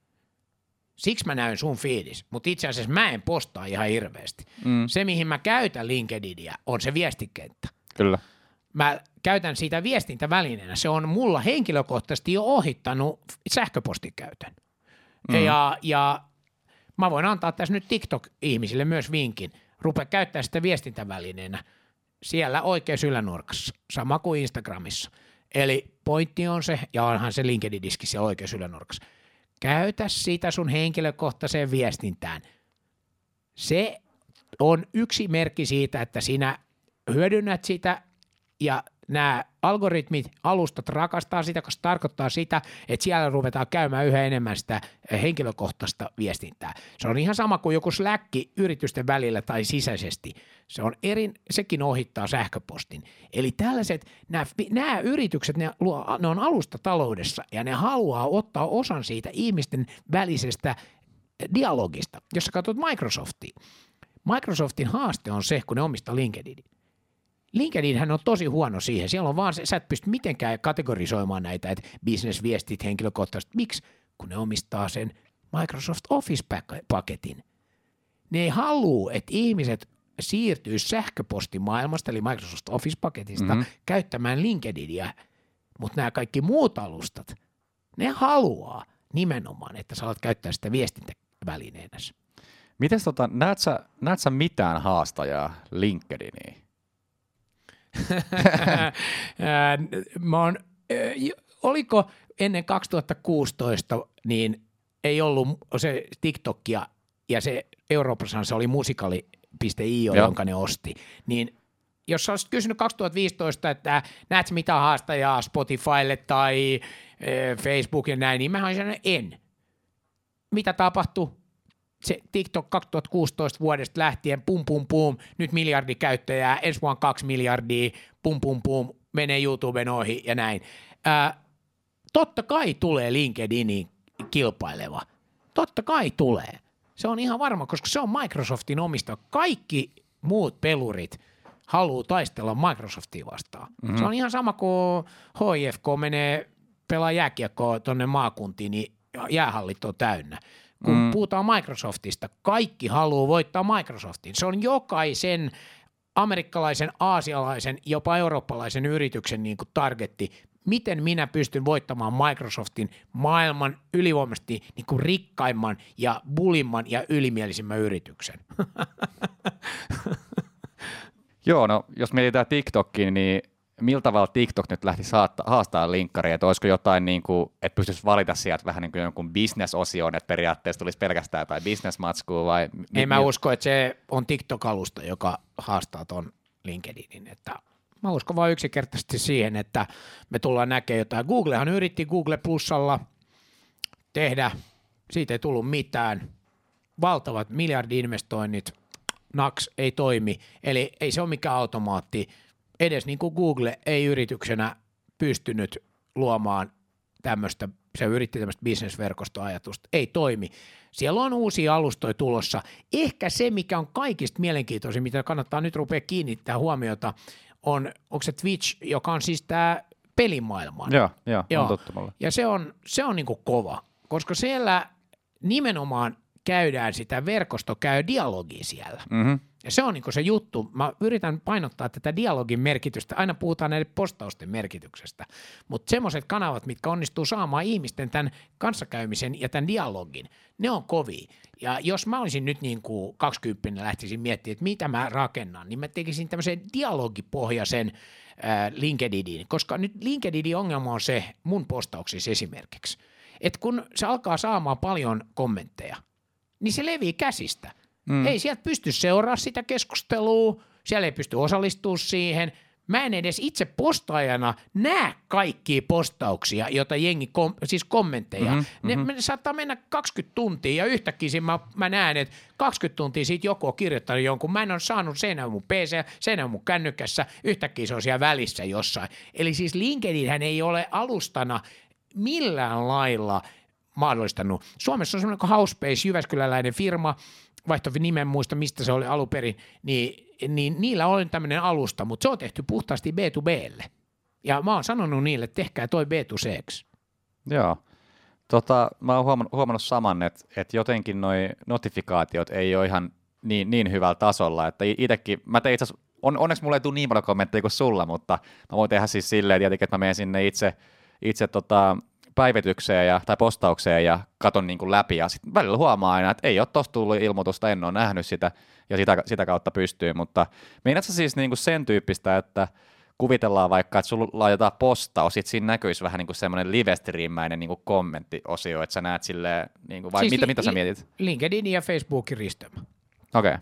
Siksi mä näyn sun feedissä, mutta itse asiassa mä en postaa ihan hirveästi. Mm. Se, mihin mä käytän LinkedInia, on se viestikenttä. Kyllä. Mä käytän siitä viestintävälineenä. Se on mulla henkilökohtaisesti jo ohittanut sähköpostikäytön. Mm. Ja, ja mä voin antaa tässä nyt TikTok-ihmisille myös vinkin. Rupea käyttämään sitä viestintävälineenä siellä oikeassa ylänurkassa, sama kuin Instagramissa. Eli pointti on se, ja onhan se LinkedIn-diski siellä oikeassa ylänurkassa. Käytä sitä sun henkilökohtaiseen viestintään. Se on yksi merkki siitä, että sinä hyödynnät sitä ja nämä algoritmit, alustat rakastaa sitä, koska se tarkoittaa sitä, että siellä ruvetaan käymään yhä enemmän sitä henkilökohtaista viestintää. Se on ihan sama kuin joku Slack yritysten välillä tai sisäisesti. Se on eri, sekin ohittaa sähköpostin. Eli tällaiset, nämä, nämä yritykset, ne, ne on alustataloudessa ja ne haluaa ottaa osan siitä ihmisten välisestä dialogista. Jos sä katsot Microsoftia, Microsoftin haaste on se, kun ne omistaa LinkedInin. LinkedInhän on tosi huono siihen. Siellä on vaan se, sä et pysty mitenkään kategorisoimaan näitä, että business-viestit, henkilökohtaiset. Miksi? Kun ne omistaa sen Microsoft Office-paketin. Ne ei halua, että ihmiset siirtyy sähköpostimaailmasta, eli Microsoft Office-paketista, mm-hmm. käyttämään LinkedInia, mutta nämä kaikki muut alustat, ne haluaa nimenomaan, että sä alat käyttää sitä viestintävälineenässä. Mites tota, näet sä, näet sä mitään haastajaa LinkedIniin? Mä oon, oliko ennen kaksituhattakuusitoista, niin ei ollut se TikTokia ja se Euroopassa se oli musikali piste i o, jonka ne osti, niin jos sä olisit kysynyt kaksituhattaviisitoista, että näetkö mitä haastajaa Spotifylle tai e, Facebook ja näin, niin mä olisin en. Mitä tapahtui? Se TikTok kaksituhattakuusitoista vuodesta lähtien, pum pum pum, nyt miljardi käyttäjää, ensi vuonna kaksi miljardia, pum pum pum, menee YouTuben ohi ja näin. Ää, totta kai tulee LinkedInin kilpaileva. Totta kai tulee. Se on ihan varma, koska se on Microsoftin omista. Kaikki muut pelurit haluaa taistella Microsoftia vastaan. Mm-hmm. Se on ihan sama kuin H I F K menee pelaa jääkiekkoa tuonne maakuntiin, niin jäähallit on täynnä. Kun mm. puhutaan Microsoftista, kaikki haluaa voittaa Microsoftin. Se on jokaisen amerikkalaisen, aasialaisen, jopa eurooppalaisen yrityksen niin kuin targetti. Miten minä pystyn voittamaan Microsoftin maailman ylivoimaisesti niin kuin rikkaimman ja bulimman ja ylimielisimmän yrityksen? Joo, no jos mietitään TikTokin, niin miltä tavalla TikTok nyt lähti haastaa linkkaria, että olisiko jotain, niin kuin, että pystyisi valita sieltä vähän niin kuin jonkun business-osioon, että periaatteessa tulisi pelkästään jotain business-matskua vai? Ei mä usko, että se on TikTok-alusta, joka haastaa ton LinkedInin, että mä uskon vaan yksinkertaisesti siihen, että me tullaan näkemään jotain. Googlehan yritti Google Plusalla tehdä, siitä ei tullut mitään, valtavat miljardi-investoinnit, Naks ei toimi, eli ei se ole mikään automaatti. Edes niin kuin Google ei yrityksenä pystynyt luomaan tämmöistä, se yritti tämmöistä bisnesverkostoajatusta, ei toimi. Siellä on uusia alustoja tulossa. Ehkä se, mikä on kaikista mielenkiintoisin, mitä kannattaa nyt rupea kiinnittää huomiota, on, onko se Twitch, joka on siis tämä pelimaailma. Joo, joo, on totta mulle. Ja se on, se on niin kuin kova, koska siellä nimenomaan käydään sitä verkosto, käy dialogia siellä. Mm-hmm. Ja se on niin kuin se juttu. Mä yritän painottaa tätä dialogin merkitystä. Aina puhutaan näiden postausten merkityksestä. Mutta semmoiset kanavat, mitkä onnistuu saamaan ihmisten tämän kanssakäymisen ja tämän dialogin, ne on kovia. Ja jos mä olisin nyt niin kuin kaksikymppinen lähtisin miettimään, että mitä mä rakennan, niin mä tekisin tämmöisen dialogipohjaisen äh, LinkedInin. Koska nyt LinkedInin ongelma on se mun postauksissa esimerkiksi, että kun se alkaa saamaan paljon kommentteja, niin se levii käsistä. Mm. Ei sieltä pysty seuraamaan sitä keskustelua, siellä ei pysty osallistumaan siihen. Mä en edes itse postaajana näe kaikkia postauksia, joita jengi, kom- siis kommentteja. Mm-hmm, ne, mm-hmm. ne saattaa mennä kaksikymmentä tuntia ja yhtäkkiä mä, mä näen, että kaksikymmentä tuntia siitä joku on kirjoittanut jonkun. Mä en ole saanut, se ei mun P C, se ei mun kännykässä, yhtäkkiä se on siellä välissä jossain. Eli siis LinkedInhän ei ole alustana millään lailla mahdollistanut. Suomessa on semmoinen kuin Housebase, jyväskyläläinen firma, vaihtovi nimen muista, mistä se oli alun perin, niin, niin niillä on tämmöinen alusta, mutta se on tehty puhtaasti B to B:lle. Ja mä oon sanonut niille, että tehkää toi B to C:ksi. Joo. Tota, mä oon huomannut, huomannut saman, että, että jotenkin noi notifikaatiot ei ole ihan niin, niin hyvällä tasolla, että itsekin, mä tein itse asiassa, on, onneksi mulla ei tule niin paljon kommentteja kuin sulla, mutta mä voin tehdä siis silleen tietenkin, että mä menen sinne itse, itse tota, päivitykseen ja, tai postaukseen ja katon niin kuin läpi ja sitten välillä huomaa aina, että ei ole tosta tullut ilmoitusta, en ole nähnyt sitä ja sitä, sitä kautta pystyy, mutta meinaatko siis niin kuin sen tyyppistä, että kuvitellaan vaikka, että sulla laitetaan postaus, sitten siinä näkyisi vähän niin kuin semmoinen live-streamäinen niin kuin kommenttiosio, että sä näet silleen, niin kuin, vai siis mitä, li- mitä sä mietit? LinkedIn ja Facebookin risteymä. Okei. Okay.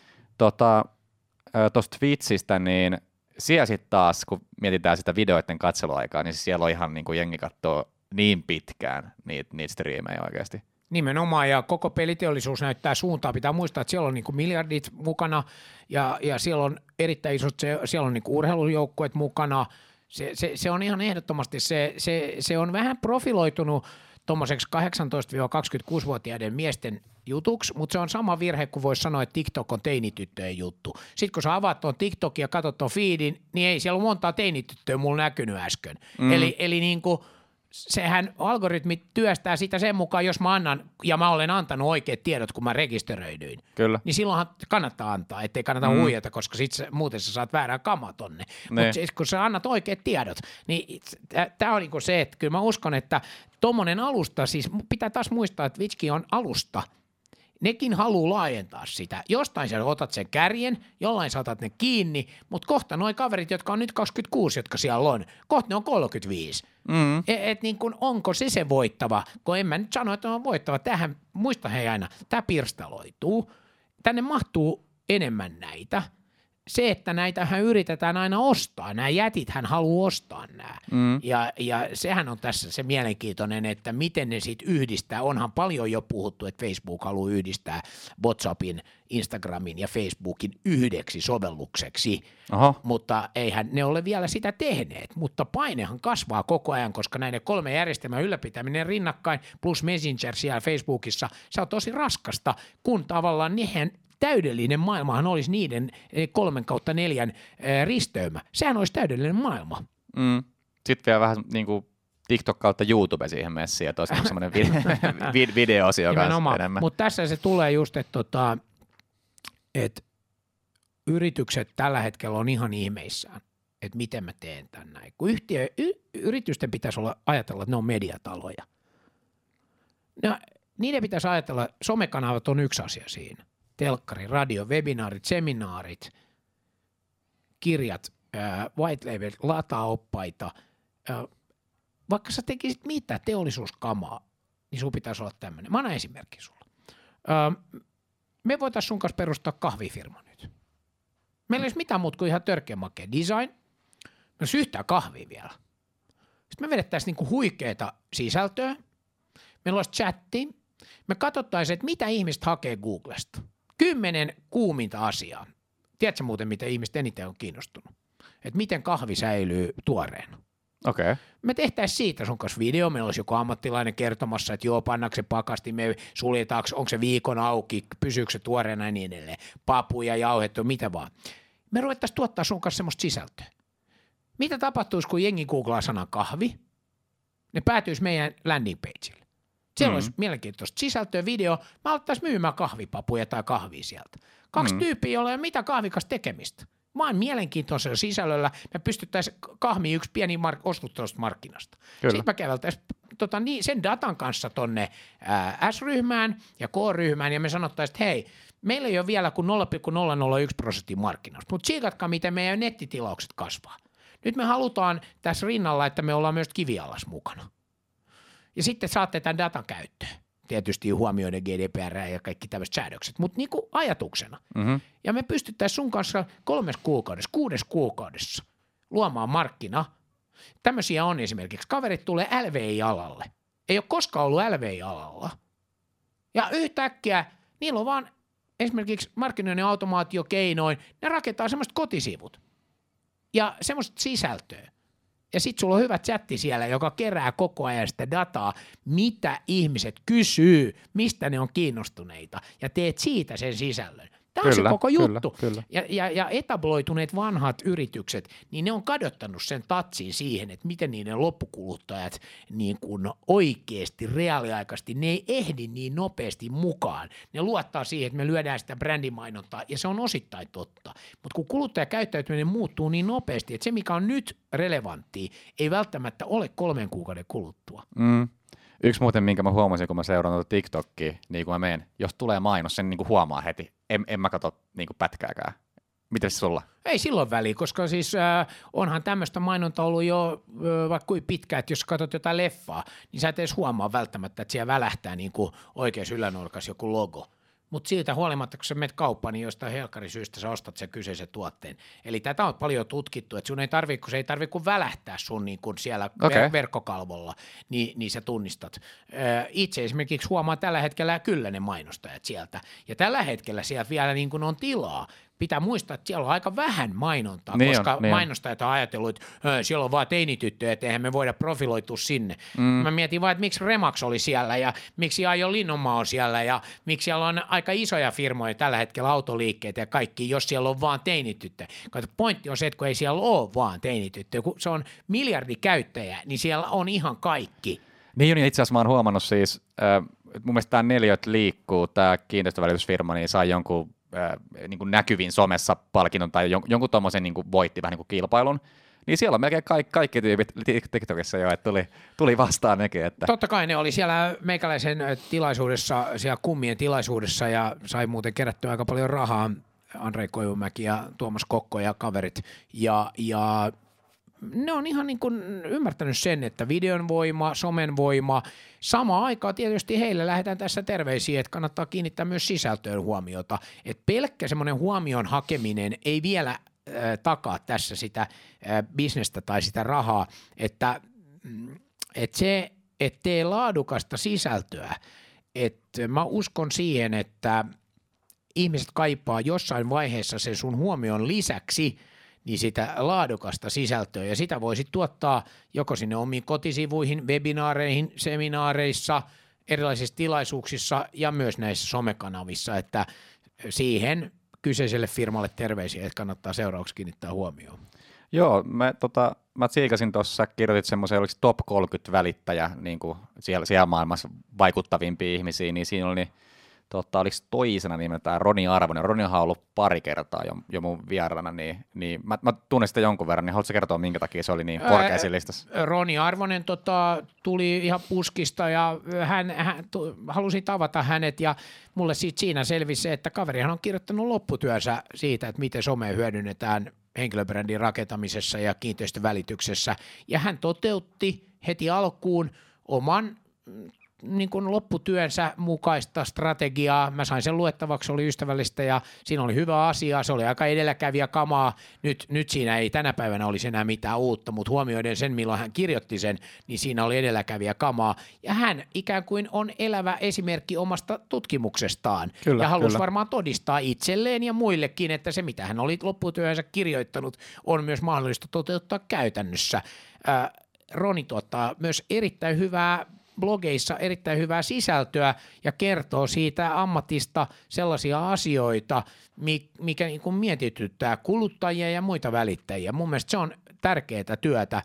Tota, tuosta Twitchistä, niin siellä sitten taas, kun mietitään sitä videoiden katseluaikaa, niin siellä on ihan niin kuin jengi katsoo niin pitkään niitä, niitä striimejä oikeasti. Nimenomaan, ja koko peliteollisuus näyttää suuntaa. Pitää muistaa, että siellä on niinku miljardit mukana, ja, ja siellä on erittäin isot, se, siellä on niinku urheilujoukkueet mukana. Se, se, se on ihan ehdottomasti, se, se, se on vähän profiloitunut tuommoiseksi kahdeksantoista kaksikymmentäkuusi-vuotiaiden miesten jutuksi, mutta se on sama virhe, kuin voisi sanoa, että TikTok on teinityttöjen juttu. Sitten kun sä avaat tuon TikTokin ja katsot tuon feedin, niin ei siellä ole montaa teinityttöä mulla näkynyt äsken. Mm. Eli, eli niin kuin sehän algoritmit työstää sitä sen mukaan, jos mä annan, ja mä olen antanut oikeat tiedot, kun mä rekisteröidyin. Kyllä. Niin silloinhan kannattaa antaa, ettei kannata mm. huijata, koska sit sä, muuten sä saat väärää kamaa tonne. Mutta siis, kun sä annat oikeat tiedot, niin tämä on niinku se, että kyllä mä uskon, että tommonen alusta, siis pitää taas muistaa, että Twitchkin on alusta. Nekin haluaa laajentaa sitä. Jostain sä otat sen kärjen, jollain saatat ne kiinni, mutta kohta noi kaverit, jotka on nyt kaksikymmentäkuusi, jotka siellä on, kohta ne on kolmekymmentäviisi. Mm. Et, et niin kun, onko se se voittava, kun en mä nyt sano, että on voittava. Tähän, muista hei aina, tämä pirstaloituu. Tänne mahtuu enemmän näitä. Se, että näitähän yritetään aina ostaa. Nämä jätithän haluaa ostaa nämä. Mm. Ja, ja sehän on tässä se mielenkiintoinen, että miten ne sitten yhdistää. Onhan paljon jo puhuttu, että Facebook haluaa yhdistää WhatsAppin, Instagramin ja Facebookin yhdeksi sovellukseksi. Aha. Mutta eihän ne ole vielä sitä tehneet. Mutta painehan kasvaa koko ajan, koska näiden kolme järjestelmän ylläpitäminen rinnakkain plus Messenger siellä Facebookissa, se on tosi raskasta, kun tavallaan niihin täydellinen maailmahan olisi niiden kolmen kautta neljän risteymä. Sehän olisi täydellinen maailma. Mm. Sitten vielä vähän niin kuin TikTok kautta YouTube siihen messiin, että olisi semmoinen video- video-osio kanssa enemmän. Mutta tässä se tulee just, että tota, et yritykset tällä hetkellä on ihan ihmeissään, että miten mä teen tän näin. Kun yhtiö, y, yritysten pitäisi olla, ajatella, että ne on mediataloja. No, niiden pitäisi ajatella, somekanavat on yksi asia siinä. Telkkari, radio, webinaarit, seminaarit, kirjat, ää, white label, lataoppaita. Ää, vaikka sä tekisit mitä teollisuuskamaa, niin sun pitäisi olla tämmöinen. Mä annan esimerkki sulla. Ää, me voitaisiin sun kanssa perustaa kahvifirma nyt. Meillä ei olisi mitään muuta kuin ihan törkeä makea design. Me olisi yhtään kahvia vielä. Sitten me vedettäisiin niinku huikeeta sisältöä. Meillä olisi chatti. Me katsottaisiin, että mitä ihmiset hakee Googlesta. Kymmenen kuuminta asiaa. Tiedätkö muuten, miten ihmiset eniten on kiinnostunut? Että miten kahvi säilyy tuoreena. Okei. Okay. Me tehtäisiin siitä sun kanssa video. Meillä olisi joku ammattilainen kertomassa, että joo, pannaanko se pakasti, me suljetaanko, onko se viikon auki, pysyykö se tuoreena ja niin edelleen. Papuja, jauhettu, mitä vaan. Me ruvettaisiin tuottaa sun kanssa semmoista sisältöä. Mitä tapahtuisi, kun jengi googlaa sanan kahvi? Ne päätyisi meidän landing pageille. Siellä mm. olisi mielenkiintoista sisältöä, video. Mä aloittaisin myymään kahvipapuja tai kahvia sieltä. Kaksi mm. tyyppiä, joilla ei ole mitään kahvikas tekemistä. Vaan mielenkiintoisella sisällöllä me pystyttäisiin kahmiin yksi pieni mark- osuus tuosta markkinasta. Kyllä. Sitten mä käveltäisiin tota, niin, sen datan kanssa tonne ää, S-ryhmään ja K-ryhmään ja me sanottaisiin, että hei, meillä ei ole vielä kuin nolla pilkku nolla nolla yksi prosenttia markkinasta, mutta tsiikatkaa, miten meidän nettitilaukset kasvaa. Nyt me halutaan tässä rinnalla, että me ollaan myös kivialas mukana. Ja sitten saatte tämän datan käyttöön. Tietysti huomioiden G D P R ja kaikki tämmöiset säädökset, mutta niin kuin ajatuksena. Mm-hmm. Ja me pystyttäisiin sun kanssa kolmes kuukaudessa, kuudes kuukaudessa luomaan markkina. Tämmöisiä on esimerkiksi. Kaverit tulee L V I-alalle. Ei ole koskaan ollut L V I-alalla. Ja yhtäkkiä niillä on vaan esimerkiksi markkinoinnin automaatiokeinoin, ne rakentaa semmoiset kotisivut ja semmoista sisältöä. Ja sit sulla on hyvä chatti siellä, joka kerää koko ajan sitä dataa, mitä ihmiset kysyy, mistä ne on kiinnostuneita, ja teet siitä sen sisällön. Tämä on kyllä, se koko juttu. Kyllä, kyllä. Ja, ja, ja etabloituneet vanhat yritykset, niin ne on kadottanut sen tatsin siihen, että miten niiden loppukuluttajat niin kuin oikeasti, reaaliaikaisesti, ne ei ehdi niin nopeasti mukaan. Ne luottaa siihen, että me lyödään sitä brändimainontaa, ja se on osittain totta. Mutta kun kuluttajakäyttäytyminen muuttuu niin nopeasti, että se, mikä on nyt relevanttia, ei välttämättä ole kolmen kuukauden kuluttua. Mm. Yksi muuten, minkä mä huomasin, kun mä seuraan tuota TikTokia, niin kun mä menen, jos tulee mainos, sen niin kuin huomaa heti. En, en mä katso niin kuin pätkääkään. Mites sulla? Ei silloin väliä, koska siis äh, onhan tämmöistä mainonta ollut jo äh, vaikka kuin pitkään, että jos katsot jotain leffaa, niin sä et edes huomaa välttämättä, että siellä välähtää niin kuin oikeassa ylänurkassa joku logo. Mutta siitä huolimatta, kun sä menet kauppaan, niin jostain helkkarisyystä sä ostat sen kyseisen tuotteen. Eli tätä on paljon tutkittu, että sun ei tarvitse, kun se ei tarvitse kuin välähtää sun niin kun siellä okay. ver- verkkokalvolla, niin, niin sä tunnistat. Itse esimerkiksi huomaan tällä hetkellä kyllä ne mainostajat sieltä. Ja tällä hetkellä sieltä vielä niin kun on tilaa, pitää muistaa, että siellä on aika vähän mainontaa, niin koska on, niin mainostajat on ajatellut, että siellä on vaan teinityttöjä, että eihän me voida profiloitua sinne. Mm. Mä mietin vaan, että miksi Remax oli siellä ja miksi Ajo Linnonmaa on siellä ja miksi siellä on aika isoja firmoja tällä hetkellä autoliikkeet ja kaikki, jos siellä on vaan teinityttö. Pointti on se, että kun ei siellä ole vaan teinityttö, kun se on miljardi käyttäjää, niin siellä on ihan kaikki. Niin, niin itse asiassa mä oon huomannut siis, äh, mun mielestä tämä Neliöt liikkuu, tämä kiinteistövälitysfirma, niin sai jonkun äh, niin kuin näkyvin somessa palkinnon tai jon, jonkun tommosen niin kuin voitti vähän niin kuin kilpailun. Niin siellä on melkein kaikki, kaikki tyypit TikTokissa jo, että tuli, tuli vastaan nekin. Että. Totta kai ne oli siellä meikäläisen tilaisuudessa, siellä kummien tilaisuudessa ja sai muuten kerättyä aika paljon rahaa. Andrei Koivumäki ja Tuomas Kokko ja kaverit. Ja, ja ne on ihan niin kuin ymmärtänyt sen, että videon voima, somen voima, samaan aikaan tietysti heille lähdetään tässä terveisiä, että kannattaa kiinnittää myös sisältöön huomiota. Että pelkkä semmoinen huomion hakeminen ei vielä äh, takaa tässä sitä äh, bisnestä tai sitä rahaa, että, että se, että tee laadukasta sisältöä, että mä uskon siihen, että ihmiset kaipaa jossain vaiheessa sen sun huomion lisäksi niin sitä laadukasta sisältöä, ja sitä voisit tuottaa joko sinne omiin kotisivuihin, webinaareihin, seminaareissa, erilaisissa tilaisuuksissa ja myös näissä somekanavissa, että siihen kyseiselle firmalle terveisiä, että kannattaa seuraavaksi kiinnittää huomioon. Joo, mä, tota, mä tsiikasin tuossa, kirjoitit semmoisen, oliko top kolmekymmentä välittäjä, niin kuin siellä, siellä maailmassa vaikuttavimpia ihmisiä, niin siinä oli Totta, oliko toisena nimeltään Roni Arvonen? Roni on ollut pari kertaa jo, jo mun vieraana, niin, niin mä, mä tunnen sitä jonkun verran, niin haluatko kertoa, minkä takia se oli niin korkeassa listassa? Roni Arvonen tota, tuli ihan puskista ja hän, hän tu, halusin tavata hänet ja mulle siitä siinä selvisi se, että kaverihan on kirjoittanut lopputyönsä siitä, että miten somea hyödynnetään henkilöbrändin rakentamisessa ja kiinteistövälityksessä ja hän toteutti heti alkuun oman niin kuin lopputyönsä mukaista strategiaa. Mä sain sen luettavaksi, se oli ystävällistä ja siinä oli hyvä asia, se oli aika edelläkävijä kamaa. Nyt, nyt siinä ei tänä päivänä olisi enää mitään uutta, mutta huomioiden sen, milloin hän kirjoitti sen, niin siinä oli edelläkävijä kamaa. Ja hän ikään kuin on elävä esimerkki omasta tutkimuksestaan. Kyllä, ja halusi kyllä. varmaan todistaa itselleen ja muillekin, että se mitä hän oli lopputyönsä kirjoittanut on myös mahdollista toteuttaa käytännössä. Äh, Roni tuottaa myös erittäin hyvää blogeissa erittäin hyvää sisältöä ja kertoo siitä ammatista sellaisia asioita, mikä niin kuin mietityttää kuluttajia ja muita välittäjiä. Mun mielestä se on tärkeää työtä.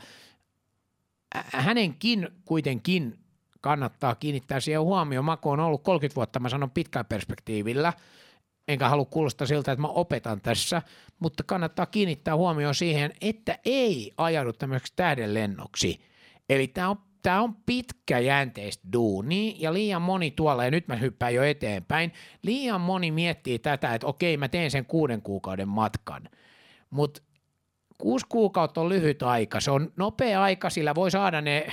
Hänenkin kuitenkin kannattaa kiinnittää siihen huomioon. Mä kun on ollut kolmekymmentä vuotta, mä sanon pitkällä perspektiivillä, enkä halua kuulostaa siltä, että mä opetan tässä, mutta kannattaa kiinnittää huomioon siihen, että ei ajaudu tämmöiseksi tähdenlennoksi. Eli tämä on Tämä on pitkäjänteistä duunia ja liian moni tuolla, ja nyt mä hyppään jo eteenpäin, liian moni miettii tätä, että okei mä teen sen kuuden kuukauden matkan, mutta kuusi kuukautta on lyhyt aika, se on nopea aika, sillä voi saada ne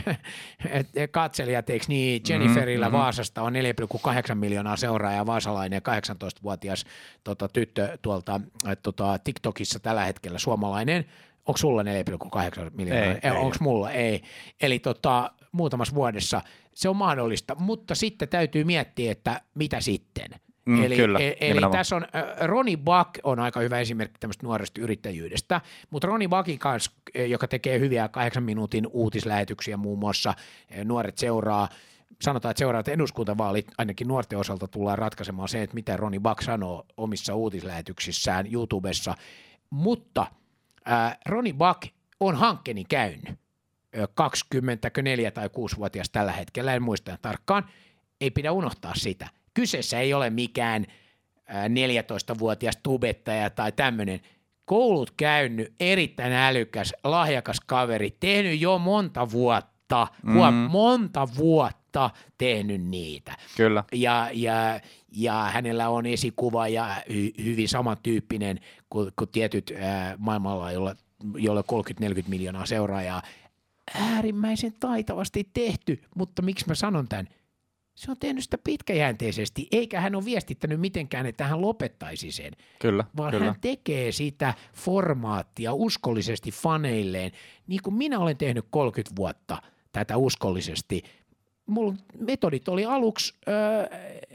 katselijat, eikö niin, Jenniferillä mm-hmm. Vaasasta on neljä pilkku kahdeksan miljoonaa seuraajaa, vaasalainen kahdeksantoistavuotias tota, tyttö tuolta tota, TikTokissa tällä hetkellä, suomalainen. Onko sulla neljä pilkku kahdeksan miljoonaa? Ei, Onko mulla? Ei. Eli tota, muutamassa vuodessa se on mahdollista, mutta sitten täytyy miettiä, että mitä sitten. Mm, eli kyllä, e, eli tässä on, äh, Roni Buck on aika hyvä esimerkki tämmöistä nuoresta yrittäjyydestä, mutta Roni Buckin kanssa, joka tekee hyviä kahdeksan minuutin uutislähetyksiä muun muassa, nuoret seuraa, sanotaan, että seuraavat eduskuntavaalit ainakin nuorten osalta tullaan ratkaisemaan se, että mitä Roni Buck sanoo omissa uutislähetyksissään YouTubessa, mutta Äh, Roni Buck on hankkeeni käynyt kaksikymmentäneljä tai kuusi-vuotias tällä hetkellä, en muista tarkkaan, ei pidä unohtaa sitä. Kyseessä ei ole mikään äh, neljätoistavuotias tubettaja tai tämmöinen. Koulut käynyt, erittäin älykäs, lahjakas kaveri, tehnyt jo monta vuotta, mm. huom, monta vuotta tehnyt niitä. Kyllä. Ja, ja, ja hänellä on esikuva ja hy, hyvin samantyyppinen kuin, kuin tietyt ää, maailmalla, jolla, jolla kolmekymmentä neljäkymmentä miljoonaa seuraajaa. Äärimmäisen taitavasti tehty, mutta miksi mä sanon tämän? Se on tehnyt sitä pitkäjänteisesti, eikä hän ole viestittänyt mitenkään, että hän lopettaisi sen. Kyllä, vaan kyllä. hän tekee sitä formaattia uskollisesti faneilleen, niin kuin minä olen tehnyt kolmekymmentä vuotta tätä uskollisesti. Mulla metodit oli aluksi, äh,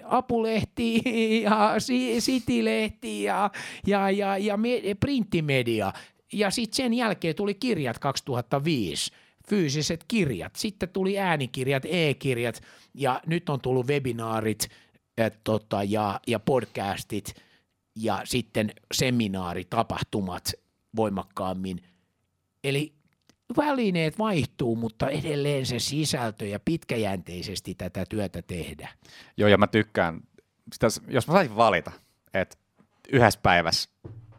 Apulehti ja City-lehti ja, ja, ja, ja printtimedia. Ja sitten sen jälkeen tuli kirjat kaksituhattaviisi, fyysiset kirjat. Sitten tuli äänikirjat, e-kirjat ja nyt on tullut webinaarit et, tota, ja, ja podcastit ja sitten seminaaritapahtumat voimakkaammin. Eli välineet vaihtuu, mutta edelleen se sisältö ja pitkäjänteisesti tätä työtä tehdä. Joo, ja mä tykkään, sitä, jos mä saisin valita, että yhdessä päivässä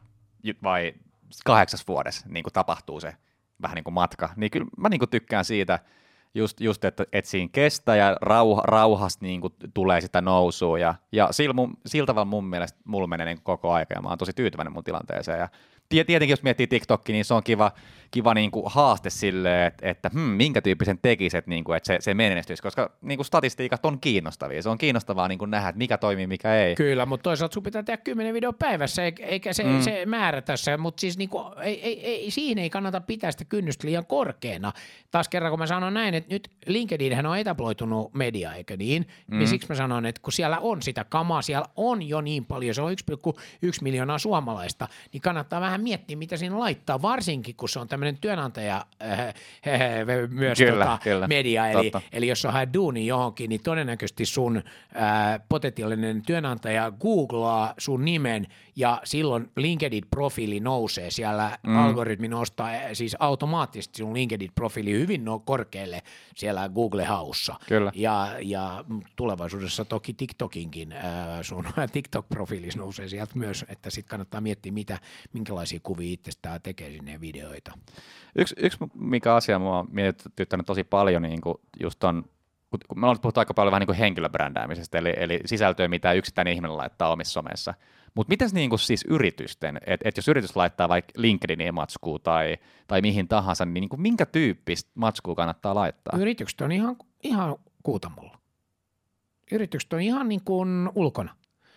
vai kahdeksas vuodessa niin kuin tapahtuu se vähän niin kuin matka, niin kyllä mä niin kuin tykkään siitä just, just että, että siinä kestää ja rauha, rauhasta niin kuin tulee sitä nousua, ja, ja sillä, mun, sillä tavalla mun mielestä mulla menee niin kuin koko aika, ja mä oon tosi tyytyväinen mun tilanteeseen, ja tietenkin jos miettii TikTokia, niin se on kiva, kiva niin kuin haaste silleen, että, että hmm, minkä tyyppisen tekiset, niin kuin, että se, se menestyisi, koska niin kuin statistiikat on kiinnostavia. Se on kiinnostavaa niin kuin nähdä, että mikä toimii, mikä ei. Kyllä, mutta toisaalta sun pitää tehdä kymmenen video päivässä, eikä se, mm. se määrä tässä, mutta siis niin kuin, ei, ei, ei, siihen ei kannata pitää sitä kynnystä liian korkeana. Taas kerran, kun mä sanon näin, että nyt LinkedInhän on etabloitunut media, eikö niin? Mm. Niin siksi mä sanon, että kun siellä on sitä kamaa, siellä on jo niin paljon, se on yksi pilkku yksi miljoonaa suomalaista, niin kannattaa vähän miettiä, mitä siinä laittaa, varsinkin kun se on tämmöinen työnantaja äh, äh, myös kyllä, tota, kyllä, media, eli, totta. eli jos sä haet duuni johonkin, niin todennäköisesti sun äh, potentiaalinen työnantaja googlaa sun nimen ja silloin LinkedIn-profiili nousee siellä, mm. algoritmi nostaa siis automaattisesti sun LinkedIn-profiili hyvin no korkealle siellä Google-haussa. Kyllä. Ja, ja tulevaisuudessa toki TikTokinkin äh, sun TikTok-profiilis nousee sieltä myös, että sit kannattaa miettiä, mitä, minkälaisia kuvia itsestään tekee sinne videoita. Yksi, yksi mikä asia mua on mietityttänyt tosi paljon, niin kuin just on, kun me ollaan puhuttu aika paljon vähän niin kuin henkilöbrändäämisestä, eli, eli sisältöä, mitä yksittäinen ihminen laittaa omissa somessa. Mutta miten niin kuin siis yritysten, että et jos yritys laittaa vaikka LinkedInin matskua tai, tai mihin tahansa, niin, niin kuin minkä tyyppistä matskua kannattaa laittaa? Yritykset on ihan, ihan kuutamolla. Yritykset on ihan niin kuin ulkona.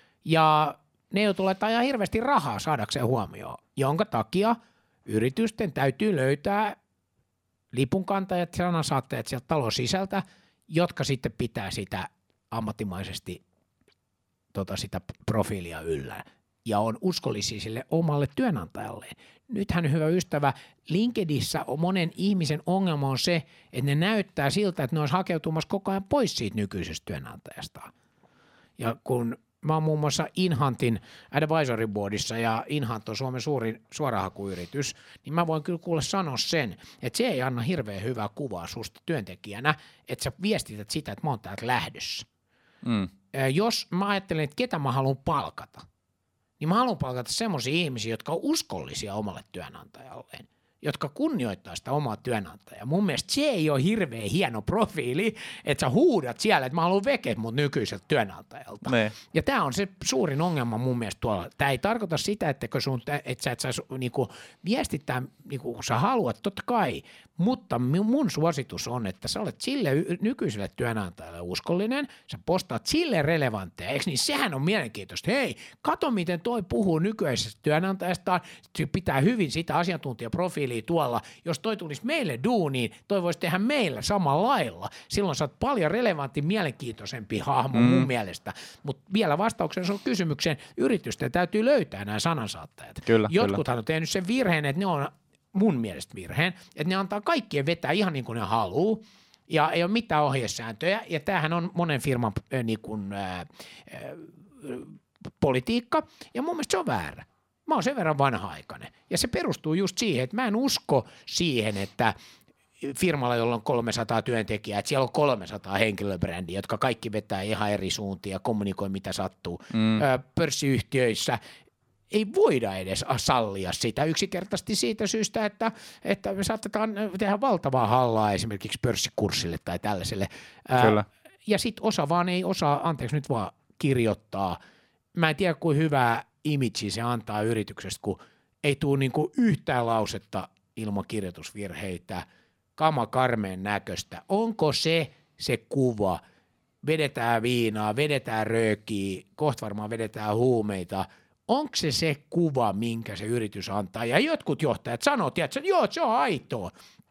Ja ne joutuu laittaa ihan hirveästi rahaa saadakseen huomioon, jonka takia yritysten täytyy löytää lipunkantajat, sanansaattajat sieltä talon sisältä, jotka sitten pitää sitä ammattimaisesti tota, sitä profiilia yllä ja on uskollisia sille omalle työnantajalleen. Nythän, hyvä ystävä, LinkedInissä on monen ihmisen ongelma on se, että ne näyttää siltä, että ne olisi hakeutumassa koko ajan pois siitä nykyisestä työnantajastaan. Ja kun mä oon muun muassa Inhantin advisory boardissa ja Inhant on Suomen suurin suorahakuyritys, niin mä voin kyllä kuule sanoa sen, että se ei anna hirveän hyvää kuvaa susta työntekijänä, että sä viestität sitä, että mä oon täältä lähdössä. Mm. Jos mä ajattelen, että ketä mä haluan palkata, niin mä haluan palkata semmoisia ihmisiä, jotka on uskollisia omalle työnantajalleen, jotka kunnioittaa sitä omaa työnantajaa. Mun mielestä se ei ole hirveän hieno profiili, että sä huudat siellä, että mä haluan veke mut nykyiseltä työnantajalta. Ne. Ja tää on se suurin ongelma mun mielestä tuolla. Tää ei tarkoita sitä, että, sun, että sä et saisi niinku viestittää, niinku, kun sä haluat, totta kai, mutta mun suositus on, että sä olet sille nykyiselle työnantajalle uskollinen, sä postaat sille relevantteja, eikö niin? Sehän on mielenkiintoista. Hei, kato miten toi puhuu nykyisestä työnantajastaan, se pitää hyvin sitä asiantuntijaprofiilia tuolla. Jos toi tulisi meille duuniin, toi voisi tehdä meillä samalla lailla. Silloin sä oot paljon relevantti, mielenkiintoisempi hahmo mm. mun mielestä. Mutta vielä vastauksen sun kysymykseen, yritysten täytyy löytää nämä sanansaattajat. Kyllä, Jotkuthan kyllä. on tehnyt sen virheen, että ne on mun mielestä virheen, että ne antaa kaikkien vetää ihan niin kuin ne haluaa, ja ei ole mitään ohjesääntöjä, ja tämähän on monen firman äh, niin kuin, äh, äh, politiikka, ja mun mielestä se on väärä. Mä oon sen verran vanha-aikainen, ja se perustuu just siihen, että mä en usko siihen, että firmalla, jolla on kolmesataa työntekijää, että siellä on kolmesataa henkilöbrändiä, jotka kaikki vetää ihan eri suuntia ja kommunikoi mitä sattuu. Mm. Äh, pörssiyhtiöissä ei voida edes sallia sitä yksinkertaisesti siitä syystä, että, että me saatetaan tehdä valtavaa hallaa esimerkiksi pörssikurssille tai tällaiselle. Kyllä. Ja sitten osa vaan ei osaa, anteeksi nyt vaan, kirjoittaa. Mä en tiedä, kuin hyvää imagea se antaa yrityksestä, kun ei tule niinku yhtään lausetta ilman kirjoitusvirheitä, kama karmeen näköistä. Onko se se kuva? Vedetään viinaa, vedetään röökiä, kohta varmaan vedetään huumeita. Onko se se kuva, minkä se yritys antaa? Ja jotkut johtajat sanoo, että joo, se on aitoa.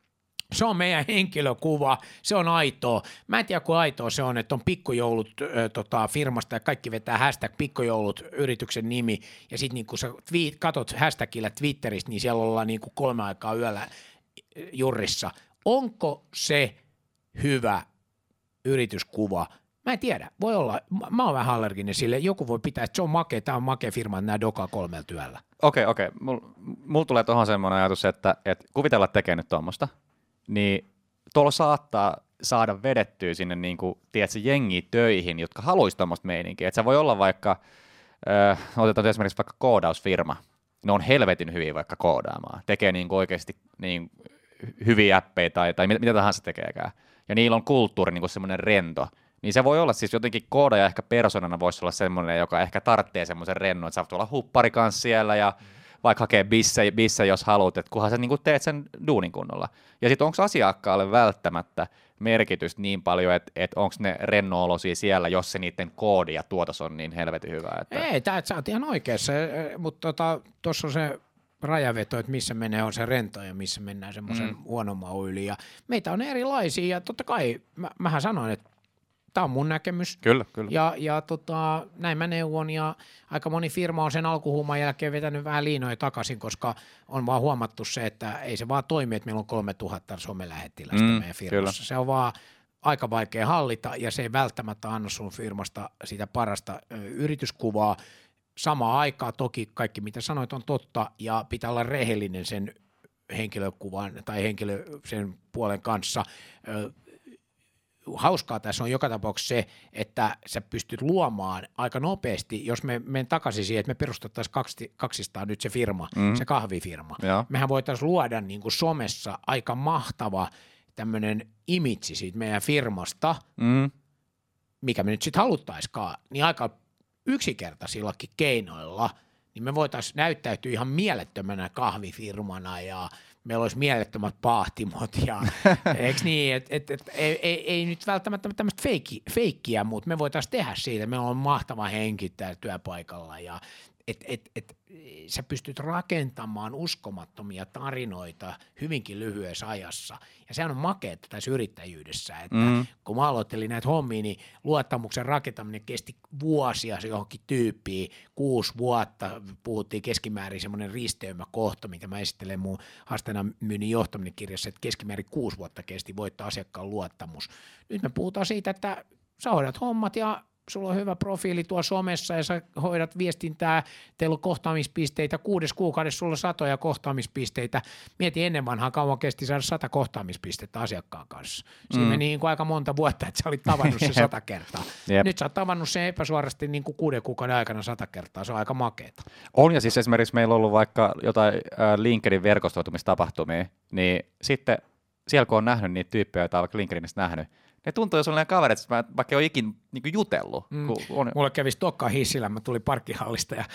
Se on meidän henkilökuva, se on aitoa. Mä en tiedä, kuin aitoa se on, että on pikkujoulut ö, tota, firmasta ja kaikki vetää hashtag pikkujoulut yrityksen nimi. Ja sitten niin kun sä twiit, katot hashtagillä Twitteristä, niin siellä ollaan niin kuin kolme aikaa yöllä jurrissa. Onko se hyvä yrityskuva? Mä en tiedä. Voi olla. Mä oon vähän allerginen sille. Joku voi pitää, että se on makea, tää on makea firma, nämä dokaa kolmella työllä. Okei, okei. Mulla mul tulee tuohon semmoinen ajatus, että, että kuvitella tekee nyt tuommoista, niin tuolla saattaa saada vedettyä sinne niin kuin, tiedätkö, jengiä töihin, jotka haluaisi tuommoista meininkiä. Että se voi olla vaikka, äh, otetaan esimerkiksi vaikka koodausfirma, ne on helvetin hyviä vaikka koodaamaan, tekee niin kuin oikeasti niin hyviä appeja tai, tai mitä, mitä tahansa tekeekään. Ja niillä on kulttuuri niin kuin semmoinen rento. Niin se voi olla siis jotenkin koodaaja ehkä persoonana voisi olla semmoinen, joka ehkä tarvitsee semmoisen rennon, että sä voit olla huppari kanssa siellä ja vaikka hakee bisse, bisse jos haluat, että kunhan sä niin kuin teet sen duunin kunnolla. Ja sitten onko asiakkaalle välttämättä merkitystä niin paljon, että, että onko ne renno-olosia siellä, jos se niiden koodi ja tuotos on niin helvetin hyvä. Että... Ei, tää, sä oot ihan oikeassa, mutta tuossa tota, on se rajaveto, että missä menee on se rento ja missä mennään semmoisen mm. huonomman yli. Ja meitä on erilaisia ja totta kai, mä, mähän sanoin, että tämä on mun näkemys. Kyllä, kyllä. Ja, ja tota, näin mä neuvon ja aika moni firma on sen alkuhuuman jälkeen vetänyt vähän liinoja takaisin, koska on vaan huomattu se, että ei se vaan toimi, että meillä on kolmetuhatta somelähettiläistä mm, meidän firmassa. Kyllä. Se on vaan aika vaikea hallita ja se ei välttämättä anna sun firmasta sitä parasta ö, yrityskuvaa. Samaan aikaan toki kaikki mitä sanoit on totta ja pitää olla rehellinen sen henkilökuvan tai henkilö sen puolen kanssa. Ö, Hauskaa tässä on joka tapauksessa se, että sä pystyt luomaan aika nopeasti, jos me menen takaisin siihen, että me perustettaisiin kaksi, kaksistaan nyt se firma, mm. se kahvifirma. Ja. Mehän voitaisiin luoda niin kuin somessa aika mahtava tämmöinen imitsi siitä meidän firmasta, mm. mikä me nyt sitten haluttaisikaan, niin aika yksinkertaisillakin keinoilla, niin me voitaisiin näyttäytyä ihan mielettömänä kahvifirmana ja meillä olisi mielettömät paahtimot ja eikö niin, että et, et, ei, ei, ei nyt välttämättä tämmöistä feikki, feikkiä, mutta me voitaisiin tehdä siitä. Meillä on mahtava henki täällä työpaikalla ja että et, et, sä pystyt rakentamaan uskomattomia tarinoita hyvinkin lyhyessä ajassa. Ja sehän on makeeta tässä yrittäjyydessä, että mm. kun mä aloittelin näitä hommia, niin luottamuksen rakentaminen kesti vuosia se johonkin tyyppiin. Kuusi vuotta puhuttiin keskimäärin semmoinen risteymäkohta, mitä mä esittelen mun haasteena myynnin johtaminen kirjassa, että keskimäärin kuusi vuotta kesti voittaa asiakkaan luottamus. Nyt me puhutaan siitä, että sä hoidat hommat ja sulla on hyvä profiili tuolla somessa ja sä hoidat viestintää, teillä on kohtaamispisteitä, kuudes kuukaudessa sulla on satoja kohtaamispisteitä. Mieti ennen vanhaa kauan kesti saada sata kohtaamispistettä asiakkaan kanssa. Siinä mm. meni niin kuin aika monta vuotta, että sä olit tavannut se sata kertaa. Jep. Nyt sä oot tavannut sen epäsuorasti niin kuin kuuden kuukauden aikana sata kertaa, se on aika makeeta. On ja siis esimerkiksi meillä on ollut vaikka jotain äh, LinkedIn verkostoitumistapahtumia, niin sitten siellä kun on nähnyt niitä tyyppejä, joita on vaikka LinkedInistä nähnyt, ne tuntuu jo sellainen kaverit, että mä vaikka ei ole ikin niin jutellut. Mm. On... Mulle kävi Stokkaan hissillä, mä tulin parkkihallista ja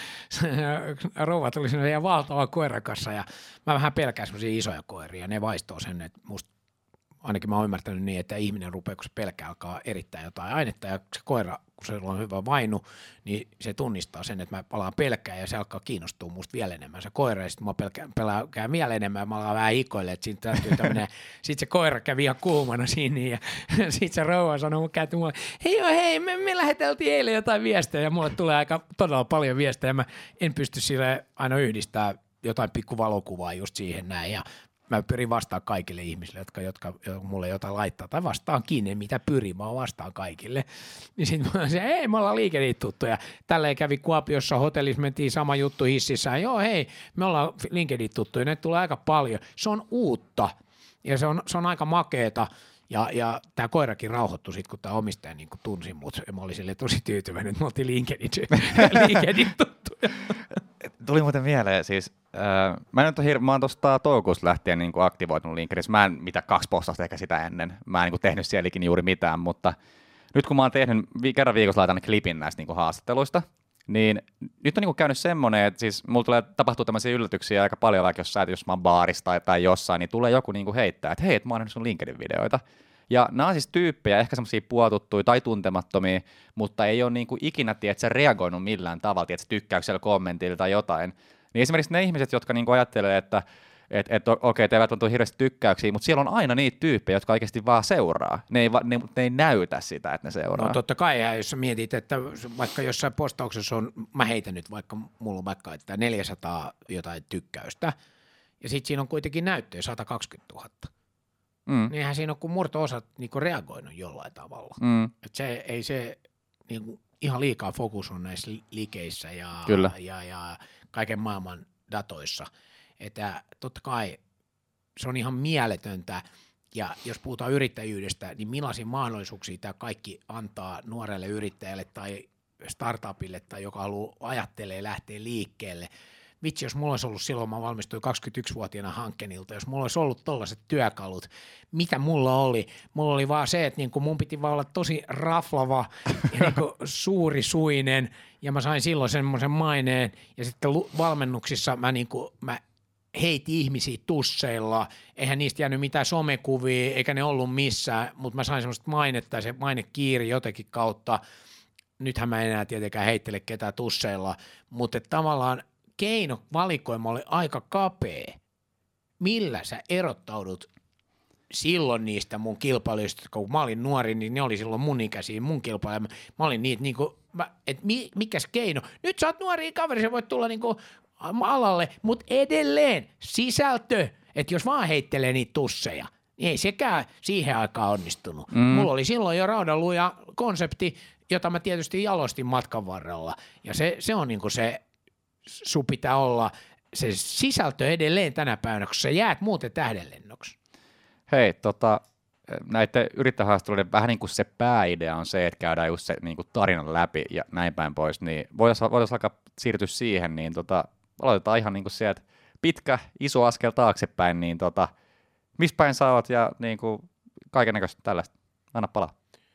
rouva tuli sinne ja valtava koiran kanssa ja mä vähän pelkään semmoisia isoja koiria. Ne vaistoo sen, että musta ainakin mä oon ymmärtänyt niin, että ihminen rupeaa, kun se pelkää, alkaa erittää jotain ainetta ja se koira, kun se on hyvä vainu, niin se tunnistaa sen, että mä palaan pelkää ja se alkaa kiinnostua musta vielä enemmän se koira ja sitten mä pelkään, pelkään vielä enemmän ja mä alan vähän hikoille, että siinä täytyy tämmöinen, sit se koira kävi ihan kuumana siinä ja sit se rouva sanoi mun käyty mulle, hei joo, hei, me, me läheteltiin eilen jotain viestejä ja mulle tulee aika todella paljon viestejä ja mä en pysty sille aina yhdistää jotain pikku valokuvaa just siihen näin ja mä pyrin vastaan kaikille ihmisille, jotka, jotka, jotka mulle jotain laittaa, tai vastaan kiinni, mitä pyrin, mä vastaan kaikille. Niin sitten mä sanoin, hei, me ollaan LinkedIn-tuttuja. Tälleen kävi Kuopiossa hotellissa, mentiin sama juttu hississään. Joo, hei, me ollaan LinkedIn-tuttuja, ne tulee aika paljon. Se on uutta, ja se on, se on aika makeeta. Ja, ja tämä koirakin rauhoittui sitten, kun tämä omistaja niin tunsi mut. Mä olin sille tosi tyytyväinen, että me oltiin LinkedIn, LinkedIn-tuttuja. Tuli muuten mieleen, siis äh, mä, nyt hir- mä oon tuosta toukokuusta lähtien niin kuin aktivoitunut LinkedInissä. Mä en mitä kaksi postausta ehkä sitä ennen. Mä en niin kuin tehnyt sielläkin juuri mitään, mutta nyt kun mä oon tehnyt, vi- kerran viikossa laitan klipin näistä niin kuin haastatteluista, niin nyt on niin kuin käynyt semmoinen, että siis mulla tulee tapahtuu tämmöisiä yllätyksiä aika paljon, vaikka jos sä et, jos mä oon baarissa tai, tai jossain, niin tulee joku niin kuin heittää, että hei, et mä oon nähnyt sun LinkedIn-videoita. Ja nämä on siis tyyppejä, ehkä semmoisia puotuttuja tai tuntemattomia, mutta ei ole niin kuin ikinä, tiedätkö, reagoinut millään tavalla, tiedätkö, tykkäyksellä, kommentilla tai jotain. Niin esimerkiksi ne ihmiset, jotka niin kuin ajattelee, että Että et, okei, okay, te eivät tuntuu hirveästi tykkäyksiä, mutta siellä on aina niitä tyyppejä, jotka oikeasti vaan seuraa. Ne ei, va, ne, ne ei näytä sitä, että ne seuraa. No totta kai, jos sä mietit, että vaikka jossain postauksessa on, mä heitän nyt vaikka, mulla on vaikka että neljäsataa jotain tykkäystä, ja sitten siinä on kuitenkin näyttöjä sata kaksikymmentätuhatta. Mm. Niin eihän siinä ole kuin murto-osa niinku reagoinut jollain tavalla. Mm. Et se, ei se niinku, ihan liikaa fokus on näissä likeissä ja, ja, ja kaiken maailman datoissa. Että totta kai se on ihan mieletöntä, ja jos puhutaan yrittäjyydestä, niin millaisia mahdollisuuksia tämä kaikki antaa nuorelle yrittäjälle tai startupille tai joka haluaa ajattelee lähteä liikkeelle. Vitsi, jos mulla olisi ollut silloin, mä valmistuin kaksikymmentäyksivuotiaana Hankkenilta, jos mulla olisi ollut tollaiset työkalut, mitä mulla oli? Mulla oli vaan se, että niinku mun piti vaan olla tosi raflava ja niinku suurisuinen, ja mä sain silloin semmoisen maineen, ja sitten valmennuksissa mä, niinku, mä heitin ihmisiä tusseilla, eihän niistä jäänyt mitään somekuvia, eikä ne ollut missään, mutta mä sain semmoista mainetta, ja se maine kiiri jotenkin kautta. Nythän mä en enää tietenkään heittele ketään tusseilla, mutta tavallaan keinovalikoima oli aika kapea. Millä sä erottaudut silloin niistä mun kilpailijoista, kun mä olin nuori, niin ne oli silloin mun ikäisiä, mun kilpailijoita. Mä olin niitä niinku, että mikäs keino? Nyt sä oot nuori kaveri, sä voit tulla niinku alalle, mutta edelleen sisältö, että jos vaan heittelee niitä tusseja, niin ei sekään siihen aikaan onnistunut. Mm. Mulla oli silloin jo raudanluja konsepti, jota mä tietysti jalostin matkan varrella, ja se, se on niinku se, sun pitää olla se sisältö edelleen tänä päivänä, kun sä jäät muuten tähdenlennoksi. Hei, tota, näiden yrittäjähaastatteluiden vähän niin kuin se pääidea on se, että käydään just se niin kuin tarinan läpi ja näin päin pois, niin voitaisiin voitais alkaa siirtyä siihen, niin tota, aloitetaan ihan niin kuin sieltä pitkä, iso askel taaksepäin, niin tota, missä päin sä oot ja niin kuin kaikennäköistä tällaista, anna palaa.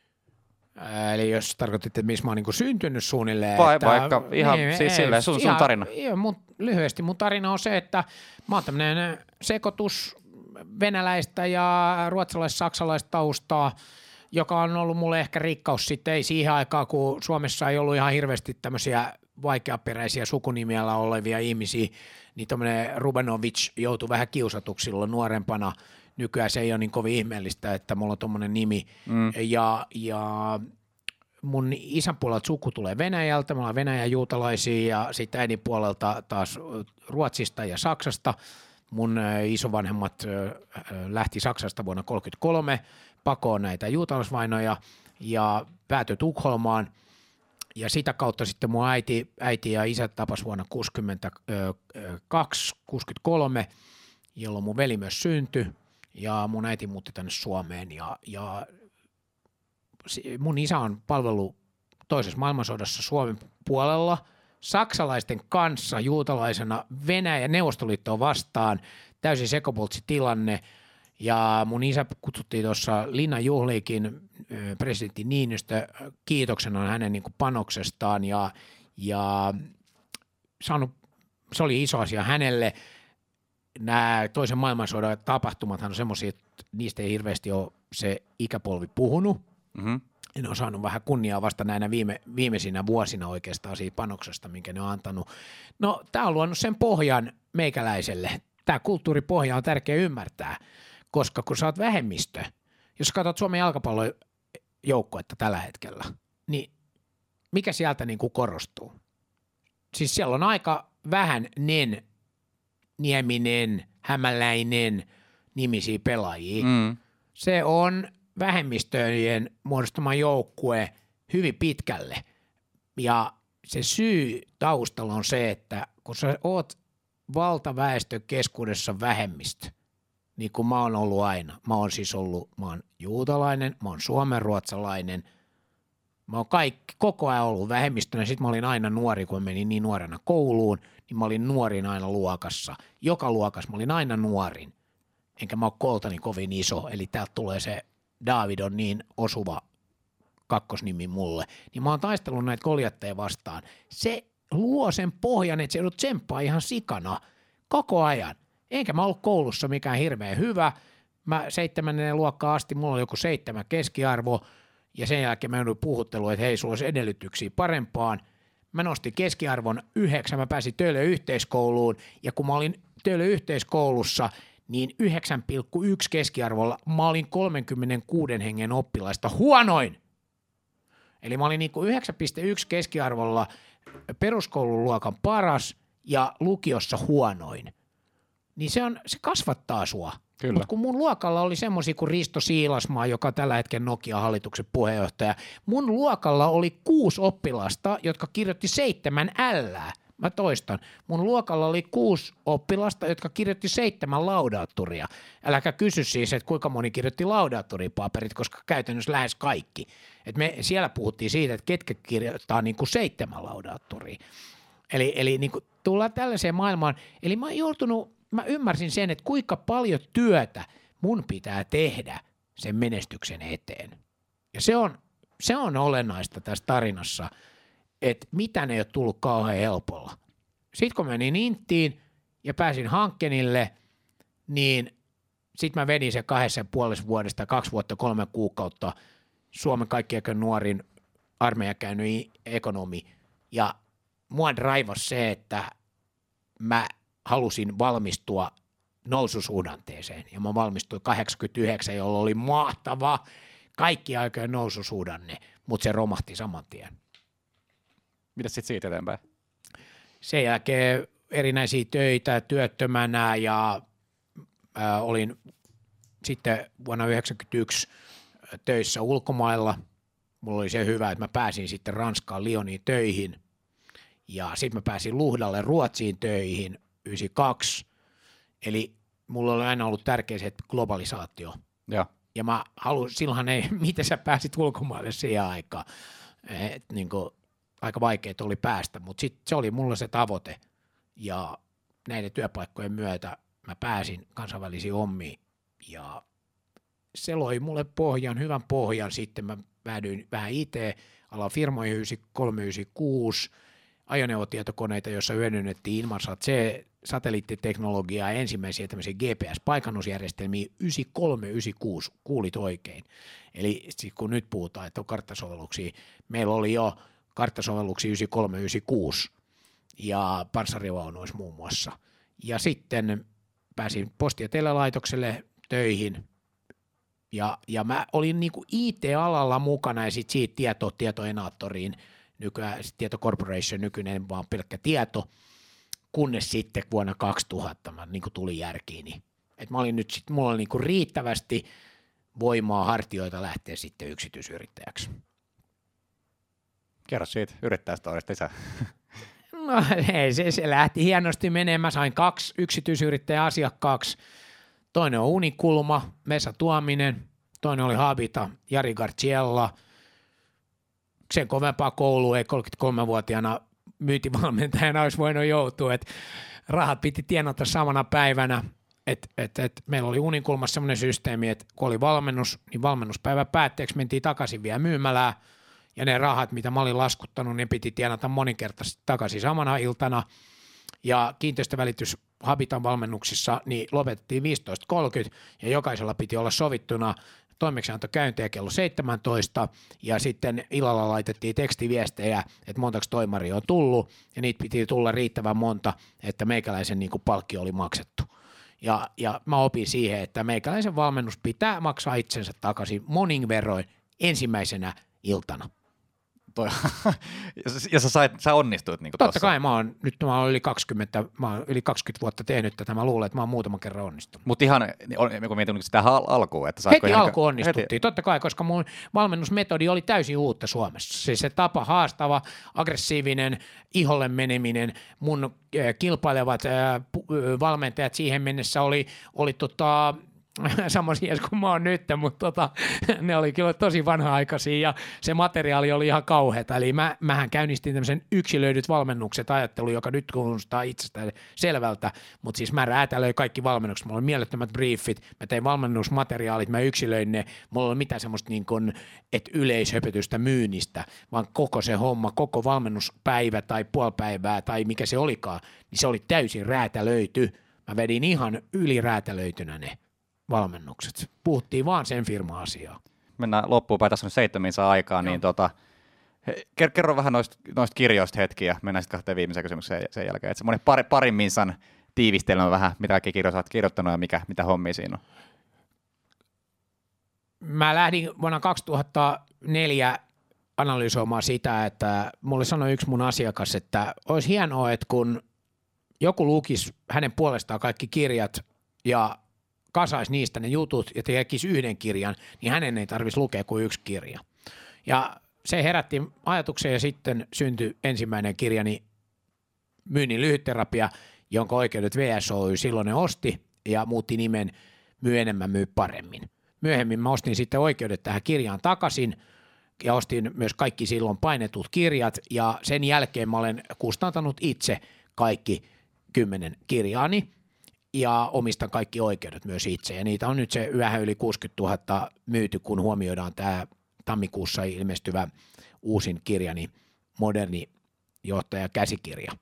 Eli jos tarkoitit, että missä mä oon niin kuin syntynyt suunnilleen. Vai, että, vaikka ihan niin, siis silleen, sun, sun tarina. Ihan, mun, lyhyesti mun tarina on se, että mä oon tämmönen sekoitus venäläistä ja ruotsalais-saksalaista taustaa, joka on ollut mulle ehkä rikkaus sitten, ei siihen aikaan, kun Suomessa ei ollut ihan hirveästi tämmöisiä vaikeaperäisiä sukunimiellä olevia ihmisiä, niin tämmöinen Rubanovic joutui vähän kiusatuksi silloin nuorempana. Nykyään se ei ole niin kovin ihmeellistä, että mulla on tommonen nimi. Mm. Ja, ja mun isän puolelta suku tulee Venäjältä, me ollaan Venäjän juutalaisia, ja sitten äidin puolelta taas Ruotsista ja Saksasta. Mun isovanhemmat lähti Saksasta vuonna tuhatyhdeksänsataakolmekymmentäkolme pakoon näitä juutalaisvainoja ja päätyi Tukholmaan. Ja sitä kautta sitten mun äiti, äiti ja isä tapas vuonna kuusikymmentäkaksi kuusikymmentäkolme, jolloin mun veli myös syntyi. Ja mun äiti muutti tänne Suomeen ja, ja mun isä on palvellut toisessa maailmansodassa Suomen puolella saksalaisten kanssa juutalaisena Venäjä Neuvostoliittoa vastaan, täysin sekopoltsi tilanne, ja mun isä kutsuttiin tuossa Linnan juhliikin presidentti Niinistö kiitoksena hänen niin kuin panoksestaan, ja, ja saanut, se oli iso asia hänelle. Nämä toisen maailmansodan tapahtumathan on semmoisia, että niistä ei hirveästi ole se ikäpolvi puhunut. Mm-hmm. Ja ne on saanut vähän kunniaa vasta näinä viime, viimeisinä vuosina oikeastaan siitä panoksesta, minkä ne on antanut. No, tämä on luonut sen pohjan meikäläiselle. Tämä kulttuuripohja on tärkeä ymmärtää, koska kun sä oot vähemmistö, jos katsot Suomen jalkapallojoukkuetta tällä hetkellä, niin mikä sieltä niin kuin korostuu? Siis siellä on aika vähän nen, Nieminen, Hämäläinen nimisiä pelaajia. Mm. Se on vähemmistöjen muodostama joukkue hyvin pitkälle. Ja se syy taustalla on se, että kun sä oot valtaväestön keskuudessa vähemmistö, niin kuin mä oon ollut aina. Mä oon siis ollut, mä oon juutalainen, mä oon suomenruotsalainen. Mä oon kaikki, koko ajan ollut vähemmistönä. Sitten mä olin aina nuori, kun menin niin nuorena kouluun, niin mä olin nuorin aina luokassa. Joka luokassa mä olin aina nuorin. Enkä mä ole kooltani kovin iso, eli täältä tulee se David on niin osuva kakkosnimi mulle. Niin mä oon taistellut näitä koljatteja vastaan. Se luo sen pohjan, että se joudut tsemppaa ihan sikana koko ajan. Enkä mä ollut koulussa mikään hirveän hyvä. Mä seitsemännen luokkaan asti, mulla oli joku seitsemän keskiarvo, ja sen jälkeen mä jouduin puhutteluun, että hei, sulla olisi edellytyksiä parempaan. Mä nostin keskiarvon yhdeksän, mä pääsin töille yhteiskouluun, ja kun mä olin Töölön yhteiskoulussa, niin yhdeksän pilkku yksi keskiarvolla mä olin kolmekymmentäkuusi hengen oppilaista huonoin. Eli mä olin niin kuin yhdeksän pilkku yksi keskiarvolla peruskoulun luokan paras ja lukiossa huonoin. Niin se, on, se kasvattaa sua. Mutta kun mun luokalla oli semmoisia kuin Risto Siilasmaa, joka on tällä hetkellä Nokia-hallituksen puheenjohtaja, mun luokalla oli kuusi oppilasta, jotka kirjoitti seitsemän ällää. Mä toistan. Mun luokalla oli kuusi oppilasta, jotka kirjoitti seitsemän laudaattoria. Äläkä kysy siis, että kuinka moni kirjoitti laudaattoripaperit, koska käytännössä lähes kaikki. Et me siellä puhuttiin siitä, että ketkä kirjoittaa niin kuin seitsemän laudaattoria. Eli, eli niin kuin tullaan tällaiseen maailmaan. Eli mä oon joutunut, mä ymmärsin sen, että kuinka paljon työtä mun pitää tehdä sen menestyksen eteen. Ja se on, se on olennaista tässä tarinassa, että mitä ne ei ole tullut kauhean helpolla. Sitten kun menin Inttiin ja pääsin Hankkenille, niin sitten mä vedin sen kahdessa puolessa vuodesta, kaksi vuotta, kolme kuukautta Suomen kaikkien nuorin armeija käynyt ekonomi. Ja mua draivasi se, että mä halusin valmistua noususuhdanteeseen. Ja mä valmistuin kahdeksankymmentäyhdeksän, jolloin oli mahtava kaikki aikojen noususuhdanne, mutta se romahti saman tien. Mitäs sitten siitä eteenpäin? Sen jälkeen erinäisiä töitä työttömänä ja äh, olin sitten vuonna yhdeksänkymmentäyksi töissä ulkomailla. Mulla oli se hyvä, että mä pääsin sitten Ranskaan Lyoniin töihin ja sitten mä pääsin Luhdalle Ruotsiin töihin yhdeksänkymmentäkaksi. Eli mulla oli aina ollut tärkeä se globalisaatio. Ja, ja mä halusin, silloinhan ei, miten sä pääsit ulkomaille siihen aikaan. Et, niin kuin, aika vaikeaa oli päästä, mutta sitten se oli mulla se tavoite ja näiden työpaikkojen myötä mä pääsin kansainvälisiin hommiin ja se loi mulle pohjan, hyvän pohjan. Sitten mä päädyin vähän I T-alan firmoihin yhdeksänkymmentäkolme yhdeksänkymmentäkuusi, ajoneuvotietokoneita, joissa hyödynnettiin Inmarsat C-satelliittiteknologiaa ja ensimmäisiä tämmöisiä G P S-paikannusjärjestelmiä yhdeksänkymmentäkolme yhdeksänkymmentäkuusi, kuulit oikein. Eli kun nyt puhutaan, että on karttasovelluksia, meillä oli jo karttasovelluksia yhdeksänkymmentäkolme yhdeksänkymmentäkuusi ja panssarivaunuissa muun muassa. Ja sitten pääsin Posti- ja Telelaitokselle töihin ja, ja mä olin niinku I T-alalla mukana ja sitten siitä tieto tietoenaattoriin, nykyään Tieto Corporation, nykyinen vaan pelkkä tieto, kunnes sitten vuonna kaksituhatta mä niinku tuli järkiini. Et mä olin nyt sit, mulla oli niinku riittävästi voimaa hartioita lähteä sitten yksityisyrittäjäksi. Kerro siitä yrittäjästorista lisää. No ei, se, se lähti hienosti menemään. Mä sain kaksi yksityisyrittäjän asiakkaaksi. Toinen on Unikulma, Mesa Tuominen. Toinen oli Habita, Jari Garciella. Sen kovempaa koulua ei kolmekymmentäkolmevuotiaana myyntivalmentajana olisi voinut joutua. Et rahat piti tienata samana päivänä. Et, et, et meillä oli Unikulmassa sellainen systeemi, että kun oli valmennus, niin valmennuspäivän päätteeksi mentiin takaisin vielä myymälään. Ja ne rahat, mitä mä olin laskuttanut, ne piti tienata moninkertaisesti takaisin samana iltana. Ja kiinteistövälitys Habitan valmennuksissa niin lopetettiin viisitoista kolmekymmentä ja jokaisella piti olla sovittuna toimeksiantokäyntejä kello seitsemäntoista ja sitten illalla laitettiin tekstiviestejä, että montako toimaria on tullut ja niitä piti tulla riittävän monta, että meikäläisen niin kuin palkki oli maksettu. Ja, ja mä opin siihen, että meikäläisen valmennus pitää maksaa itsensä takaisin monin verroin ensimmäisenä iltana. Toi, ja sä, sait, sä onnistuit niin kuin Totta tossa. kai mä oon, nyt mä oon yli kaksikymmentä, mä oon yli kaksikymmentä vuotta tehnyt tätä, mä luulen, että mä oon muutaman kerran onnistunut. Mutta ihan, kun mietin sitä alkuun, että heti ihan... alku onnistuttiin, heti. Totta kai, koska mun valmennusmetodi oli täysin uutta Suomessa. Siis se tapa haastava, aggressiivinen, iholle meneminen, mun kilpailevat valmentajat siihen mennessä oli, oli tota... sammoisia kuin mä oon nyt, mutta tota, ne oli kyllä tosi vanha-aikaisia ja se materiaali oli ihan kauheata. Eli mä, mähän käynnistin tämmöisen yksilöidyt valmennukset ajattelu, joka nyt kuulostaa itsestään selvältä, mutta siis mä räätälöin kaikki valmennukset. Mulla oli mielettömät briefit, mä tein valmennusmateriaalit, mä yksilöin ne. Mulla oli mitään semmoista niin kuin, et yleishöpötystä myynnistä, vaan koko se homma, koko valmennuspäivä tai puolipäivää tai mikä se olikaan, niin se oli täysin räätälöity. Mä vedin ihan yliräätälöitynä ne valmennukset. Puhuttiin vaan sen firma-asiaa. Mennään loppuun päin, tässä on seitsemänsä aikaa, niin tota, kerro vähän noista, noista kirjoista hetkiä, mennään sitten kahteen viimeiseen kysymykseen sen jälkeen. Että semmoinen pari, parin minsan tiivistelmä vähän, mitä kaikki kirjoja olet kirjoittanut ja mikä, mitä hommia siinä on? Mä lähdin vuonna kaksituhattaneljä analysoimaan sitä, että mulle sanoi yksi mun asiakas, että olisi hienoa, että kun joku lukisi hänen puolestaan kaikki kirjat ja kasaisi niistä ne jutut ja tekisi yhden kirjan, niin hänen ei tarvitsisi lukea kuin yksi kirja. Ja se herätti ajatuksen ja sitten syntyi ensimmäinen kirjani Myynnin lyhytterapia, jonka oikeudet V S Oy silloin ne osti ja muutti nimen Myy enemmän, myy paremmin. Myöhemmin mä ostin sitten oikeudet tähän kirjaan takaisin ja ostin myös kaikki silloin painetut kirjat ja sen jälkeen mä olen kustantanut itse kaikki kymmenen kirjaani ja omistan kaikki oikeudet myös itse ja niitä on nyt se vähän yli kuusikymmentätuhatta myyty, kun huomioidaan tämä tammikuussa ilmestyvä uusin kirjani, Moderni johtaja käsikirja.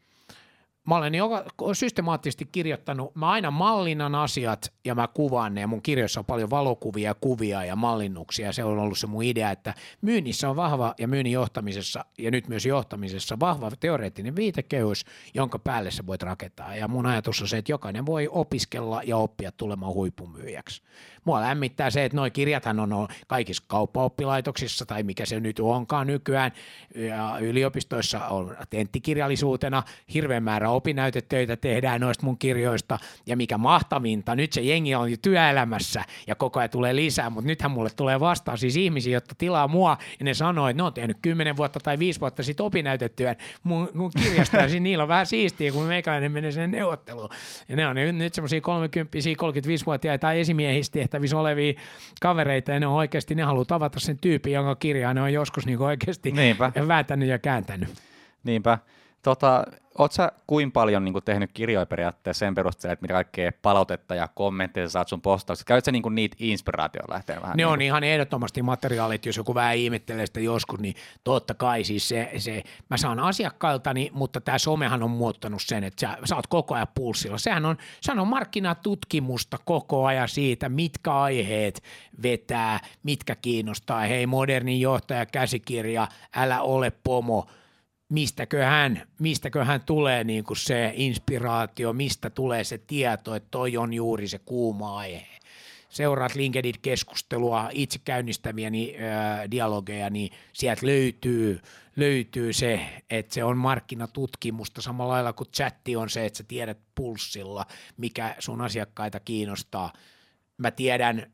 Mä olen joka, systemaattisesti kirjoittanut, mä aina mallinnan asiat ja mä kuvaan ne ja mun kirjoissa on paljon valokuvia, kuvia ja mallinnuksia ja se on ollut se mun idea, että myynnissä on vahva ja myynnin johtamisessa ja nyt myös johtamisessa vahva teoreettinen viitekehys, jonka päälle sä voit rakentaa ja mun ajatus on se, että jokainen voi opiskella ja oppia tulemaan huippumyyjäksi. Mua lämmittää se, että nuo kirjathan on kaikissa kauppaoppilaitoksissa tai mikä se nyt onkaan nykyään ja yliopistoissa on tenttikirjallisuutena hirveän määrä opinnäytetöitä tehdään noista mun kirjoista ja mikä mahtavinta, nyt se jengi on jo työelämässä ja koko ajan tulee lisää, mutta nythän mulle tulee vastaan siis ihmisiä, jotka tilaa mua ja ne sanoo, että ne on tehnyt kymmenen vuotta tai viisi vuotta sitten opinnäytetyön mun, mun kirjasta ja niillä on vähän siistiä, kun meikäläinen menee sinne neuvotteluun. Ja ne on nyt semmoisia kolmekymppisiä, kolmekymmentäviisivuotiaita esimiehistä tehtävissä olevia kavereita ja ne on oikeasti, ne haluaa tavata sen tyypin, jonka kirjaa ne on joskus niin oikeasti Niinpä. vääntänyt ja kääntänyt. Niinpä. Tota, oot sä kuinka paljon niin kuin tehnyt kirjoja periaatteessa sen perusteella, että mitä kaikkea palautetta ja kommentteja saat sun postauksesta? Käyt sä niin kuin niitä inspiraatioon lähteä vähän? Ne niin on ihan ehdottomasti materiaalit, jos joku vähän ihmettelee sitä joskus, niin totta kai siis se, se mä saan asiakkailtani, mutta tämä somehan on muuttanut sen, että sä, sä oot koko ajan pulssilla. Sehän on, sehän on markkinatutkimusta koko ajan siitä, mitkä aiheet vetää, mitkä kiinnostaa. Hei, moderni johtaja, käsikirja, älä ole pomo. Mistäköhän, mistäköhän tulee niin kuin se inspiraatio, mistä tulee se tieto, että toi on juuri se kuuma aihe. Seuraat LinkedIn-keskustelua, itse käynnistämiäni ää, dialogeja, niin sieltä löytyy, löytyy se, että se on markkinatutkimusta samalla lailla kuin chatti on se, että sä tiedät pulssilla, mikä sun asiakkaita kiinnostaa. Mä tiedän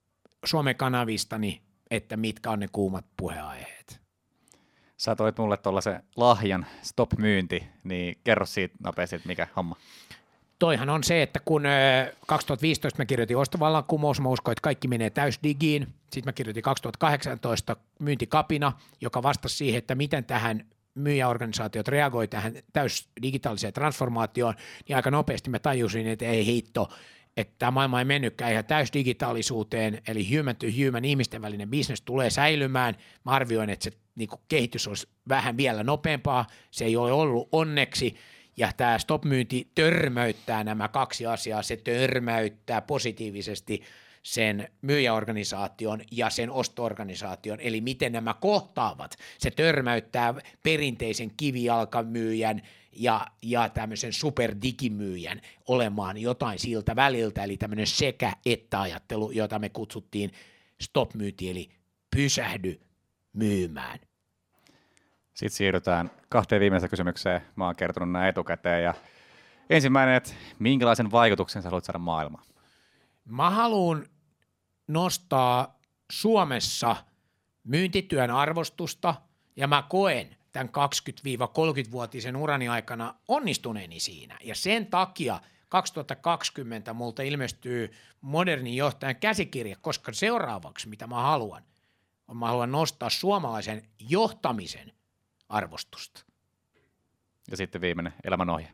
somekanavistani, että mitkä on ne kuumat puheaiheet. Sä toit mulle tuollaisen lahjan stop-myynti, niin kerro siitä nopeasti, että mikä homma. Toihan on se, että kun kaksituhattaviisitoista mä kirjoitin Ostovallankumous, mä uskoin, että kaikki menee täysdigiin. Sitten mä kirjoitin kaksituhattakahdeksantoista Myyntikapina, joka vastasi siihen, että miten tähän myyjäorganisaatiot reagoi tähän täysdigitaaliseen transformaatioon, niin aika nopeasti mä tajusin, että ei hitto, että tämä maailma ei mennytkään ihan täysdigitaalisuuteen, eli human to human, ihmisten välinen business tulee säilymään. Mä arvioin, että se niin kuin kehitys olisi vähän vielä nopeampaa, se ei ole ollut onneksi, ja tämä stop-myynti törmäyttää nämä kaksi asiaa, se törmäyttää positiivisesti sen myyjäorganisaation ja sen osto-organisaation, eli miten nämä kohtaavat. Se törmäyttää perinteisen kivijalkamyyjän ja, ja tämmöisen superdigimyyjän olemaan jotain siltä väliltä, eli tämmöinen sekä-että-ajattelu, jota me kutsuttiin stop-myynti, eli pysähdy myymään. Sitten siirrytään kahteen viimeiseen kysymykseen. Mä oon kertonut nämä etukäteen. Ja ensimmäinen, että minkälaisen vaikutuksen sä haluat saada maailmaan? Mä haluan nostaa Suomessa myyntityön arvostusta, ja mä koen tämän kaksikymmentä-kolmekymmentävuotisen urani aikana onnistuneeni siinä. Ja sen takia kaksituhattakaksikymmentä multa ilmestyy Modernin johtajan käsikirja, koska seuraavaksi, mitä mä haluan, on mä haluan nostaa suomalaisen johtamisen arvostusta. Ja sitten viimeinen, elämänohje.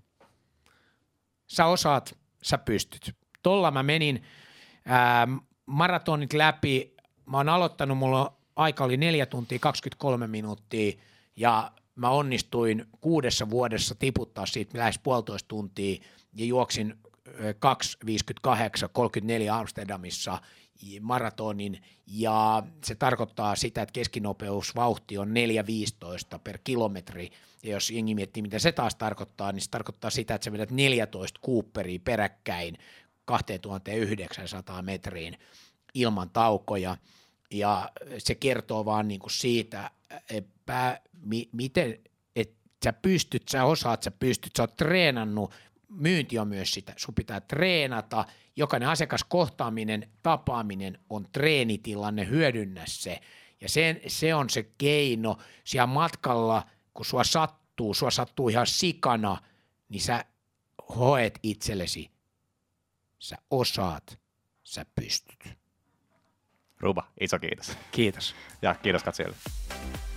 Sä osaat, sä pystyt. Tolla mä menin ää, maratonit läpi, mä oon aloittanut, mulla aika oli neljä tuntia kaksikymmentäkolme minuuttia ja mä onnistuin kuudessa vuodessa tiputtaa siitä lähes puolitoista tuntia ja juoksin kaksi viisikymmentäkahdeksan kolmekymmentäneljä Amsterdamissa maratonin, ja se tarkoittaa sitä, että keskinopeusvauhti on neljä viisitoista per kilometri, ja jos jengi miettii, mitä se taas tarkoittaa, niin se tarkoittaa sitä, että sä vedät neljätoista Cooperia peräkkäin kaksituhattayhdeksänsataa metriin ilman taukoja, ja se kertoo vaan niin kuin siitä, että mi, miten, että sä pystyt, sä osaat, sä pystyt, sä oot treenannut, myynti on myös sitä, sun pitää treenata, jokainen asiakaskohtaaminen, tapaaminen on treenitilanne, hyödynnä se, ja se, se on se keino siellä matkalla, kun sua sattuu, sua sattuu ihan sikana, niin sä hoet itsellesi, sä osaat, sä pystyt. Ruba, iso kiitos. Kiitos. Ja kiitos katsojille.